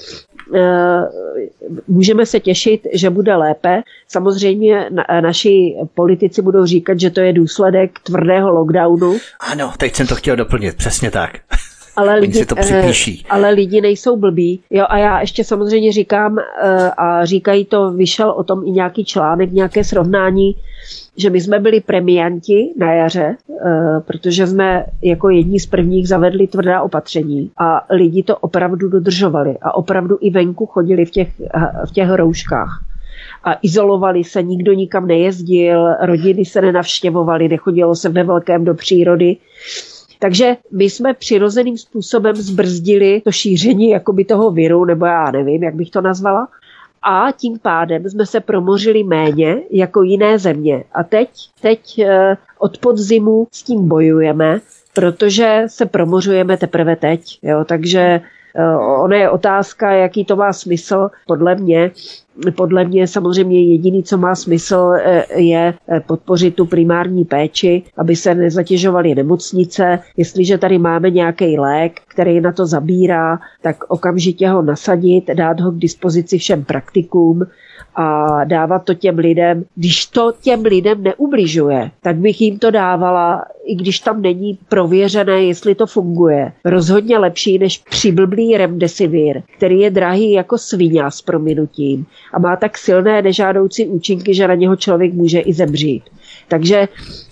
můžeme se těšit, že bude lépe. Samozřejmě naši politici budou říkat, že to je důsledek tvrdého lockdownu. Ano, teď jsem to chtěl doplnit, přesně tak. Ale lidi, si to připíší. ale lidi nejsou blbí. Jo, a já ještě samozřejmě říkám, a říkají to, vyšel o tom i nějaký článek, nějaké srovnání, že my jsme byli premianti na jaře, protože jsme jako jedni z prvních zavedli tvrdá opatření a lidi to opravdu dodržovali a opravdu i venku chodili v těch, v těch rouškách. A izolovali se, nikdo nikam nejezdil, rodiny se nenavštěvovaly, nechodilo se ve velkém do přírody. Takže my jsme přirozeným způsobem zbrzdili to šíření jakoby toho viru, nebo já nevím, jak bych to nazvala. A tím pádem jsme se promořili méně jako jiné země. A teď, teď od podzimu s tím bojujeme, protože se promořujeme teprve teď. Jo? Takže ono je otázka, jaký to má smysl. Podle mě, podle mě samozřejmě jediný, co má smysl, je podpořit tu primární péči, aby se nezatěžovaly nemocnice. Jestliže tady máme nějaký lék, který na to zabírá, tak okamžitě ho nasadit, dát ho k dispozici všem praktikům a dávat to těm lidem. Když to těm lidem neubližuje, tak bych jim to dávala, i když tam není prověřené, jestli to funguje. Rozhodně lepší než přiblblý remdesivir, který je drahý jako svině s prominutím a má tak silné nežádoucí účinky, že na něho člověk může i zemřít. Takže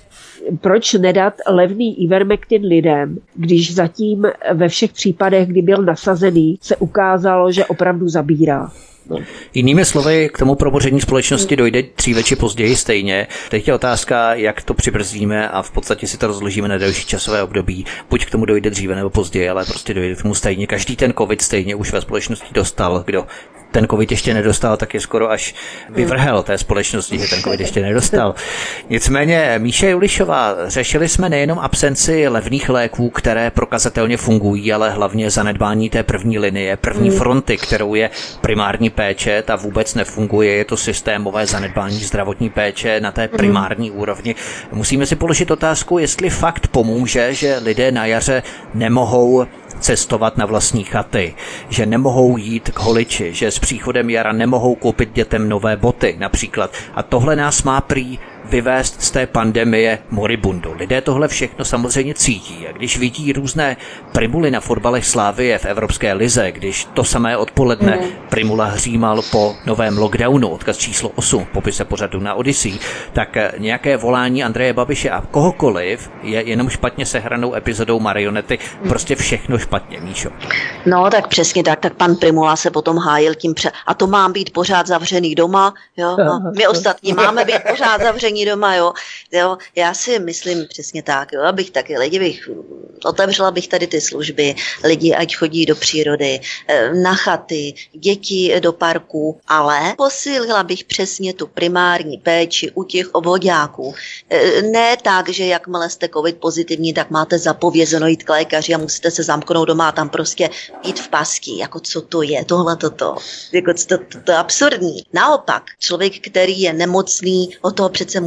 proč nedat levný Ivermectin lidem, když zatím ve všech případech, kdy byl nasazený, se ukázalo, že opravdu zabírá. No. Jinými slovy, k tomu promoření společnosti dojde dříve či později stejně. Teď je otázka, jak to přibrzdíme a v podstatě si to rozložíme na delší časové období. Buď k tomu dojde dříve nebo později, ale prostě dojde k tomu stejně. Každý ten covid stejně už ve společnosti dostal. Kdo ten covid ještě nedostal, tak je skoro až vyvrhel té společnosti, že ten covid ještě nedostal. Nicméně, Míše Julišová, řešili jsme nejenom absenci levných léků, které prokazatelně fungují, ale hlavně zanedbání té první linie, první fronty, kterou je primární péče, ta vůbec nefunguje, je to systémové zanedbání zdravotní péče na té primární úrovni. Musíme si položit otázku, jestli fakt pomůže, že lidé na jaře nemohou cestovat na vlastní chaty, že nemohou jít k holiči, že s příchodem jara nemohou koupit dětem nové boty například. A tohle nás má prý vyvést z té pandemie moribundu. Lidé tohle všechno samozřejmě cítí. A když vidí různé primuly na fotbalech Slavie v Evropské lize, když to samé odpoledne mm. Primula hřímal po novém lockdownu, odkaz číslo osm v popise pořadu na Odyssey, tak nějaké volání Andreje Babiše a kohokoliv je jenom špatně sehranou epizodou marionety. Prostě všechno špatně, Míšo. No, tak přesně tak, tak pan Primula se potom hájil tím pře- a to mám být pořád zavřený doma, jo, no, my ostatní máme být pořád zavření doma, jo. jo. Já si myslím přesně tak, jo, abych taky lidi bych, otevřela bych tady ty služby, lidi ať chodí do přírody, na chaty, děti do parku, ale posílila bych přesně tu primární péči u těch obvoďáků. Ne tak, že jakmile jste covid pozitivní, tak máte zapovězeno jít k lékaři a musíte se zamknout doma a tam prostě jít v pasti, jako co to je, tohle toto, jako to, to, to, to je absurdní. Naopak, člověk, který je nemocný, od toho přece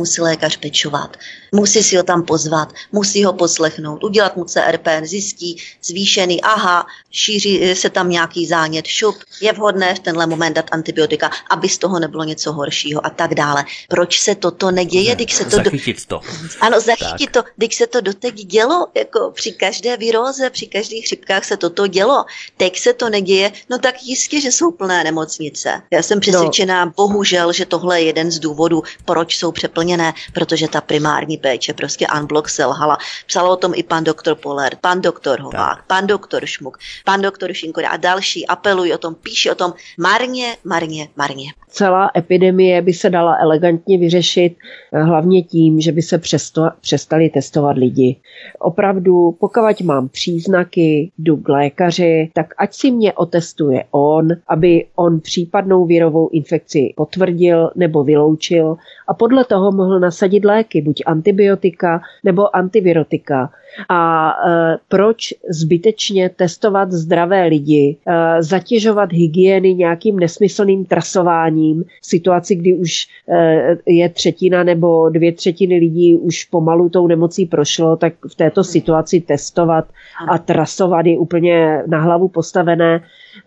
musí lékař pečovat. Musí si ho tam pozvat, musí ho poslechnout, udělat mu C R P, zjistí zvýšený, aha, šíří se tam nějaký zánět, šup, je vhodné v tenhle moment dát antibiotika, aby z toho nebylo něco horšího a tak dále. Proč se toto neděje? Ne, se to zachytit to. Ano, zachytit tak. to, když se to doteď dělo, jako při každé viróze, při každých chřipkách se toto dělo. Teď se to neděje, no tak jistě, že jsou plné nemocnice. Já jsem přesvědčená, no. bohužel, že tohle je jeden z důvodů, proč jsou přeplněné, protože ta primární péče prostě unblock selhala. Psal o tom i pan doktor Pollert, pan doktor Hovák, tak. pan doktor Šmuk, pan doktor Šinkora a další apelují o tom, píší o tom marně, marně, marně. Celá epidemie by se dala elegantně vyřešit hlavně tím, že by se přesto, přestali testovat lidi. Opravdu, pokud mám příznaky, jdu k lékaři, tak ať si mě otestuje on, aby on případnou virovou infekci potvrdil nebo vyloučil a podle toho mohl nasadit léky, buď antibiotika nebo antivirotika. A e, proč zbytečně testovat zdravé lidi, e, zatěžovat hygieny nějakým nesmyslným trasováním v situaci, kdy už e, je třetina nebo dvě třetiny lidí už pomalu tou nemocí prošlo, tak v této situaci testovat a trasovat je úplně na hlavu postavené.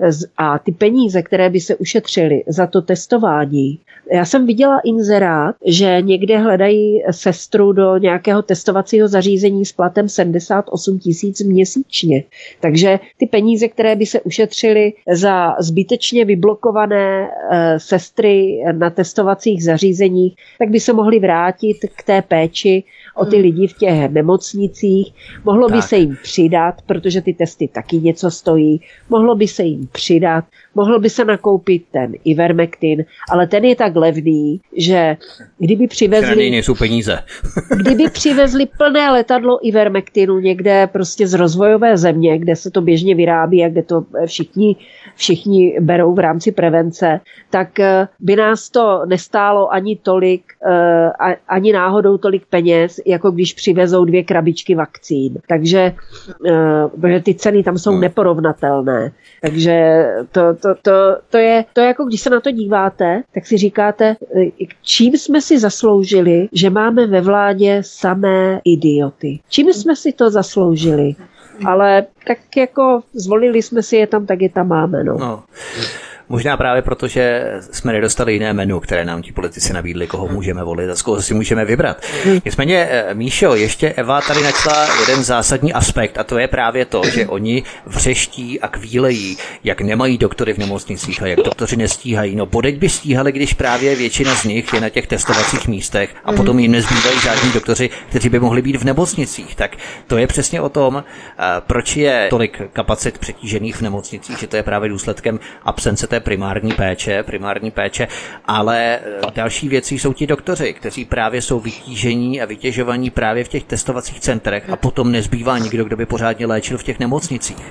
A ty peníze, které by se ušetřily za to testování. Já jsem viděla inzerát, že někde hledají sestru do nějakého testovacího zařízení s platem sedmdesát osm tisíc měsíčně. Takže ty peníze, které by se ušetřily za zbytečně vyblokované e, sestry na testovacích zařízeních, tak by se mohly vrátit k té péči o ty lidi v těch nemocnicích. Mohlo tak. by se jim přidat, protože ty testy taky něco stojí. Mohlo by se jim přidat, mohl by se nakoupit ten Ivermectin, ale ten je tak levný, že kdyby přivezli... nejsou peníze. kdyby přivezli plné letadlo Ivermectinu někde prostě z rozvojové země, kde se to běžně vyrábí a kde to všichni, všichni berou v rámci prevence, tak by nás to nestálo ani tolik, ani náhodou tolik peněz, jako když přivezou dvě krabičky vakcín. Takže protože ty ceny tam jsou neporovnatelné. Takže to, to, to, to, je, to je jako když se na to díváte, tak si říkáte, čím jsme si zasloužili, že máme ve vládě samé idioty. Čím jsme si to zasloužili? Ale tak jako zvolili jsme si je tam, tak je tam máme. No. no. Možná právě proto, že jsme nedostali jiné menu, které nám ti politici nabídli, koho můžeme volit a z koho si můžeme vybrat. Nicméně, Míšo, ještě Eva tady načala jeden zásadní aspekt a to je právě to, že oni vřeští a kvílejí, jak nemají doktory v nemocnicích a jak doktoři nestíhají. No bodeď by stíhali, když právě většina z nich je na těch testovacích místech a potom jim nezbývají žádní doktoři, kteří by mohli být v nemocnicích. Tak to je přesně o tom, proč je tolik kapacit přetížených v nemocnicích, že to je právě důsledkem absence té primární péče, primární péče, ale další věci jsou ti doktoři, kteří právě jsou vytížení a vytěžovaní právě v těch testovacích centrech a potom nezbývá nikdo, kdo by pořádně léčil v těch nemocnicích.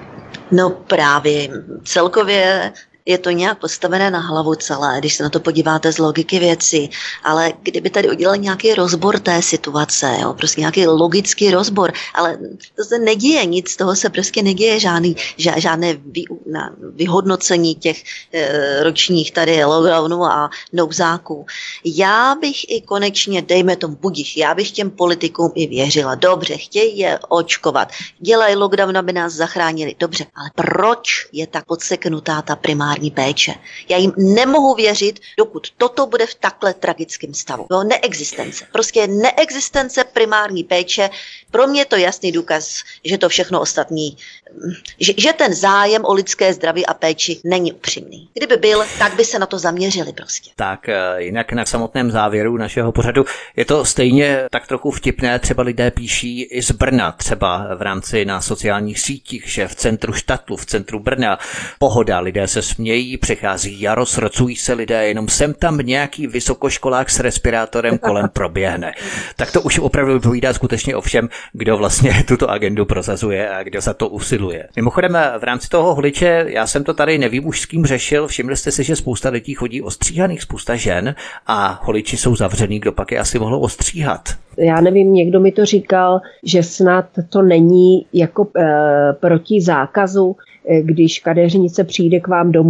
No právě celkově je to nějak postavené na hlavu celé, když se na to podíváte z logiky věci, ale kdyby tady udělali nějaký rozbor té situace, jo, prostě nějaký logický rozbor, ale to se neděje, nic z toho se prostě neděje, žádný, žádné vy, na, vyhodnocení těch e, ročních tady lockdownů a nouzáků. Já bych i konečně, dejme tomu budiš, já bych těm politikům i věřila, dobře, chtějí je očkovat, dělají lockdown, aby nás zachránili, dobře, ale proč je tak podseknutá ta primární péče. Já jim nemohu věřit, dokud toto bude v takhle tragickém stavu. No, neexistence. Prostě neexistence primární péče. Pro mě je to jasný důkaz, že to všechno ostatní, že, že ten zájem o lidské zdraví a péči není upřímný. Kdyby byl, tak by se na to zaměřili prostě. Tak jinak na samotném závěru našeho pořadu je to stejně tak trochu vtipné. Třeba lidé píší i z Brna, třeba v rámci na sociálních sítích, že v centru Štatlu, v centru Brna pohoda, lidé se smějí, přichází jaro, srocují se lidé, jenom sem tam nějaký vysokoškolák s respirátorem kolem proběhne. Tak to už opravdu vypovídá skutečně o všem, kdo vlastně tuto agendu prosazuje a kdo za to usiluje. Mimochodem v rámci toho holiče, já jsem to tady nevím už s kým řešil, všimli jste si, že spousta lidí chodí ostříhaných, spousta žen a holiči jsou zavřený, kdo pak je asi mohlo ostříhat. Já nevím, někdo mi to říkal, že snad to není jako e, proti zákazu, když kadeřnice přijde k vám domů.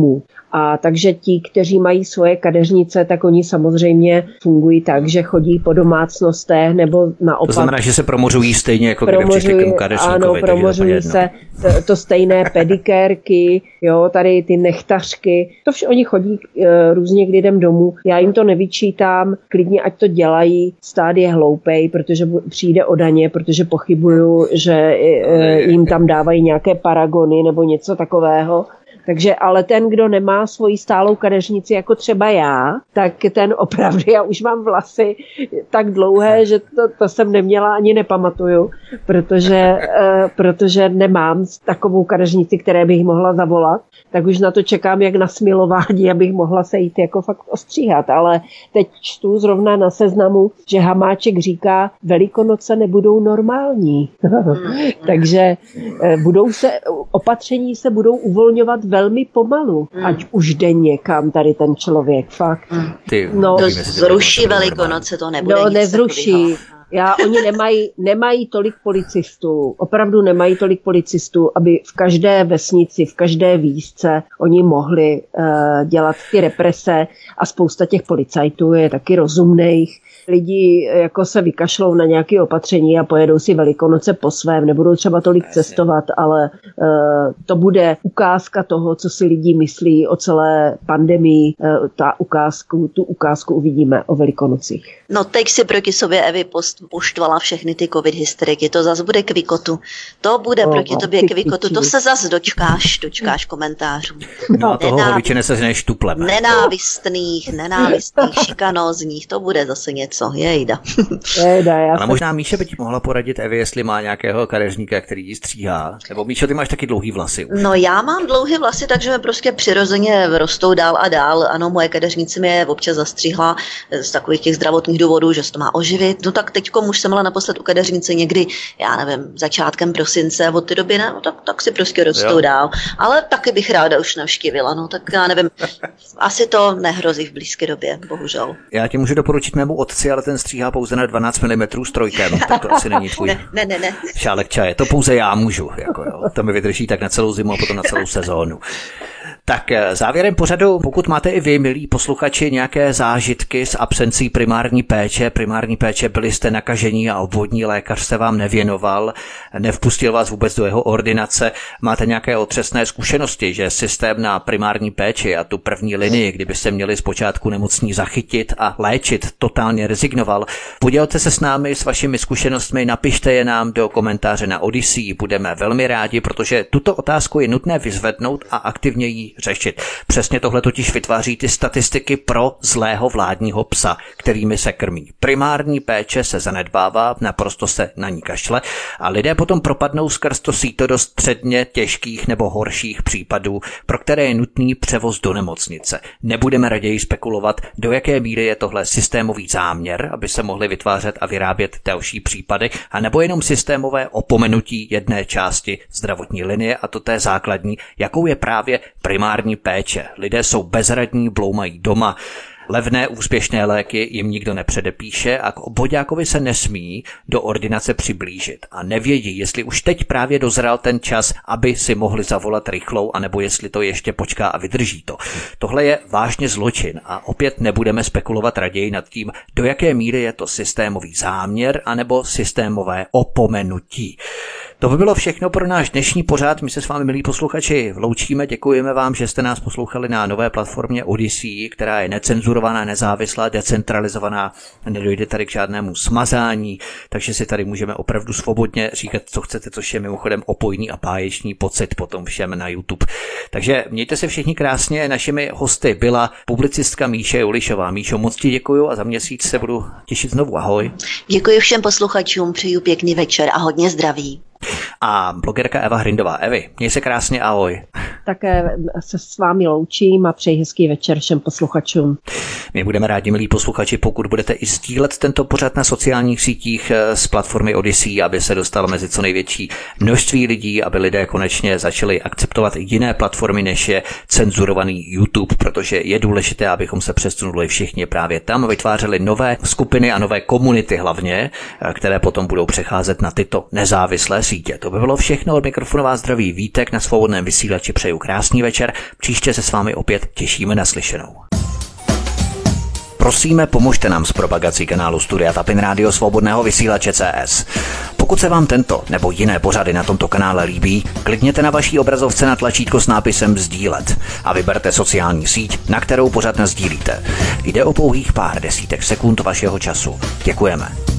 A takže ti, kteří mají svoje kadeřnice, tak oni samozřejmě fungují tak, že chodí po domácnostech nebo naopak. To znamená, že se promořují stejně jako kdyby přišli k tomu kadeřníkovi. Ano, promořují se to, to stejné pedikérky, jo, tady ty nechtařky. To vše, oni chodí e, různě k lidem domů. Já jim to nevyčítám, klidně ať to dělají. Stát je hloupej, protože přijde o daně, protože pochybuju, že e, jim tam dávají nějaké paragony nebo něco takového. Takže ale ten, kdo nemá svoji stálou kadeřnici, jako třeba já, tak ten opravdu, já už mám vlasy tak dlouhé, že to, to jsem neměla ani nepamatuju, protože, uh, protože nemám takovou kadeřnici, které bych mohla zavolat, tak už na to čekám jak na smilování, abych mohla se jít jako fakt ostříhat. Ale teď čtu zrovna na Seznamu, že Hamáček říká, Velikonoce nebudou normální. Takže uh, budou se, opatření se budou uvolňovat velmi pomalu, mm. ať už jde někam tady ten člověk, fakt. Mm. Ty, no, to zruší Velikonoce, to nebude no, nic nezruší. Takovýho. Já, oni nemají, nemají tolik policistů, opravdu nemají tolik policistů, aby v každé vesnici, v každé výzce oni mohli uh, dělat ty represe a spousta těch policajtů je taky rozumných. Lidi jako se vykašlou na nějaké opatření a pojedou si Velikonoce po svém, nebudou třeba tolik cestovat, ale uh, to bude ukázka toho, co si lidi myslí o celé pandemii. Uh, ta ukázku, tu ukázku uvidíme o Velikonocích. No teď si proti sobě Evi poštvala všechny ty covid hysteriky, to zase bude k výkotu. To bude o, proti tobě k výkotu, to se zase dočkáš, dočkáš komentářů. No a toho Nenáv... voliče neseženeš štuplem. Nenávistných, nenávistných, šikanózních, to bude zase něco. Jejda. Jejda, já Ale možná Míše by ti mohla poradit, Evi, jestli má nějakého kadeřníka, který ji stříhá. Nebo Míšo, ty máš taky dlouhý vlasy. Už. No já mám dlouhý vlasy, takže mi prostě přirozeně rostou dál a dál. Ano, moje kadeřnice mě občas zastřihla z takových těch zdravotních důvodů, že se to má oživit. No tak teďkom už jsem byla naposled u kadeřnice někdy, já nevím, začátkem prosince a od té doby ne, no tak, tak si prostě rostou jo. dál. Ale taky bych ráda už navštívila, no tak já nevím, asi to nehrozí v blízké době, bohužel. Já ti můžu doporučit mému otci, ale ten stříhá pouze na dvanáct milimetrů s trojkem, tak to asi není tvůj ne, ne, ne, ne. šálek čaje. To pouze já můžu, jako jo. To mi vydrží tak na celou zimu a potom na celou sezónu. Tak závěrem pořadu, pokud máte i vy, milí posluchači, nějaké zážitky s absencí primární péče, primární péče, byli jste nakažení a obvodní lékař se vám nevěnoval, nevpustil vás vůbec do jeho ordinace, máte nějaké otřesné zkušenosti, že systém na primární péči a tu první linii, kdyby se měli zpočátku nemocní zachytit a léčit, totálně rezignoval, podělte se s námi s vašimi zkušenostmi, napište je nám do komentáře na Odyssey, budeme velmi rádi, protože tuto otázku je nutné vyzvednout a aktivně ji řešit. Přesně tohle totiž vytváří ty statistiky pro zlého vládního psa, kterými se krmí. Primární péče se zanedbává, naprosto se na ní kašle a lidé potom propadnou skrz to síto do středně těžkých nebo horších případů, pro které je nutný převoz do nemocnice. Nebudeme raději spekulovat, do jaké míry je tohle systémový záměr, aby se mohly vytvářet a vyrábět další případy, anebo jenom systémové opomenutí jedné části zdravotní linie, a to té základní, jakou je právě primární péče. Lidé jsou bezradní, bloumají doma, levné úspěšné léky jim nikdo nepředepíše a k obvoďákovi se nesmí do ordinace přiblížit a nevědí, jestli už teď právě dozral ten čas, aby si mohli zavolat rychlou, anebo jestli to ještě počká a vydrží to. Tohle je vážně zločin a opět nebudeme spekulovat raději nad tím, do jaké míry je to systémový záměr anebo systémové opomenutí. To by bylo všechno pro náš dnešní pořad. My se s vámi, milí posluchači, loučíme. Děkujeme vám, že jste nás poslouchali na nové platformě Odyssey, která je necenzurovaná, nezávislá, decentralizovaná. Nedojde tady k žádnému smazání, takže si tady můžeme opravdu svobodně říkat, co chcete, což je mimochodem opojný a báječný pocit potom všem na YouTube. Takže mějte se všichni krásně. Našimi hosty byla publicistka Míše Julišová. Míšo, moc ti děkuju a za měsíc se budu těšit znovu. Ahoj. Děkuji všem posluchačům, přeju pěkný večer a hodně zdraví. A blogerka Eva Hrindová. Evi, měj se krásně, ahoj. Také se s vámi loučím a přeji hezký večer všem posluchačům. My budeme rádi, milí posluchači, pokud budete i sdílet tento pořad na sociálních sítích z platformy Odyssey, aby se dostal mezi co největší množství lidí, aby lidé konečně začali akceptovat i jiné platformy, než je cenzurovaný YouTube, protože je důležité, abychom se přesunuli všichni právě tam, vytvářeli nové skupiny a nové komunity hlavně, které potom budou přecházet na tyto nezávislé sítě. To To by bylo všechno, od mikrofonu vás zdraví Vítek, na Svobodném vysílači přeju krásný večer, příště se s vámi opět těšíme na slyšenou. Prosíme, pomožte nám s propagací kanálu Studia Tapin Rádio Svobodného vysílače C S. Pokud se vám tento nebo jiné pořady na tomto kanále líbí, klikněte na vaší obrazovce na tlačítko s nápisem sdílet a vyberte sociální síť, na kterou pořad nasdílíte. Jde o pouhých pár desítek sekund vašeho času. Děkujeme.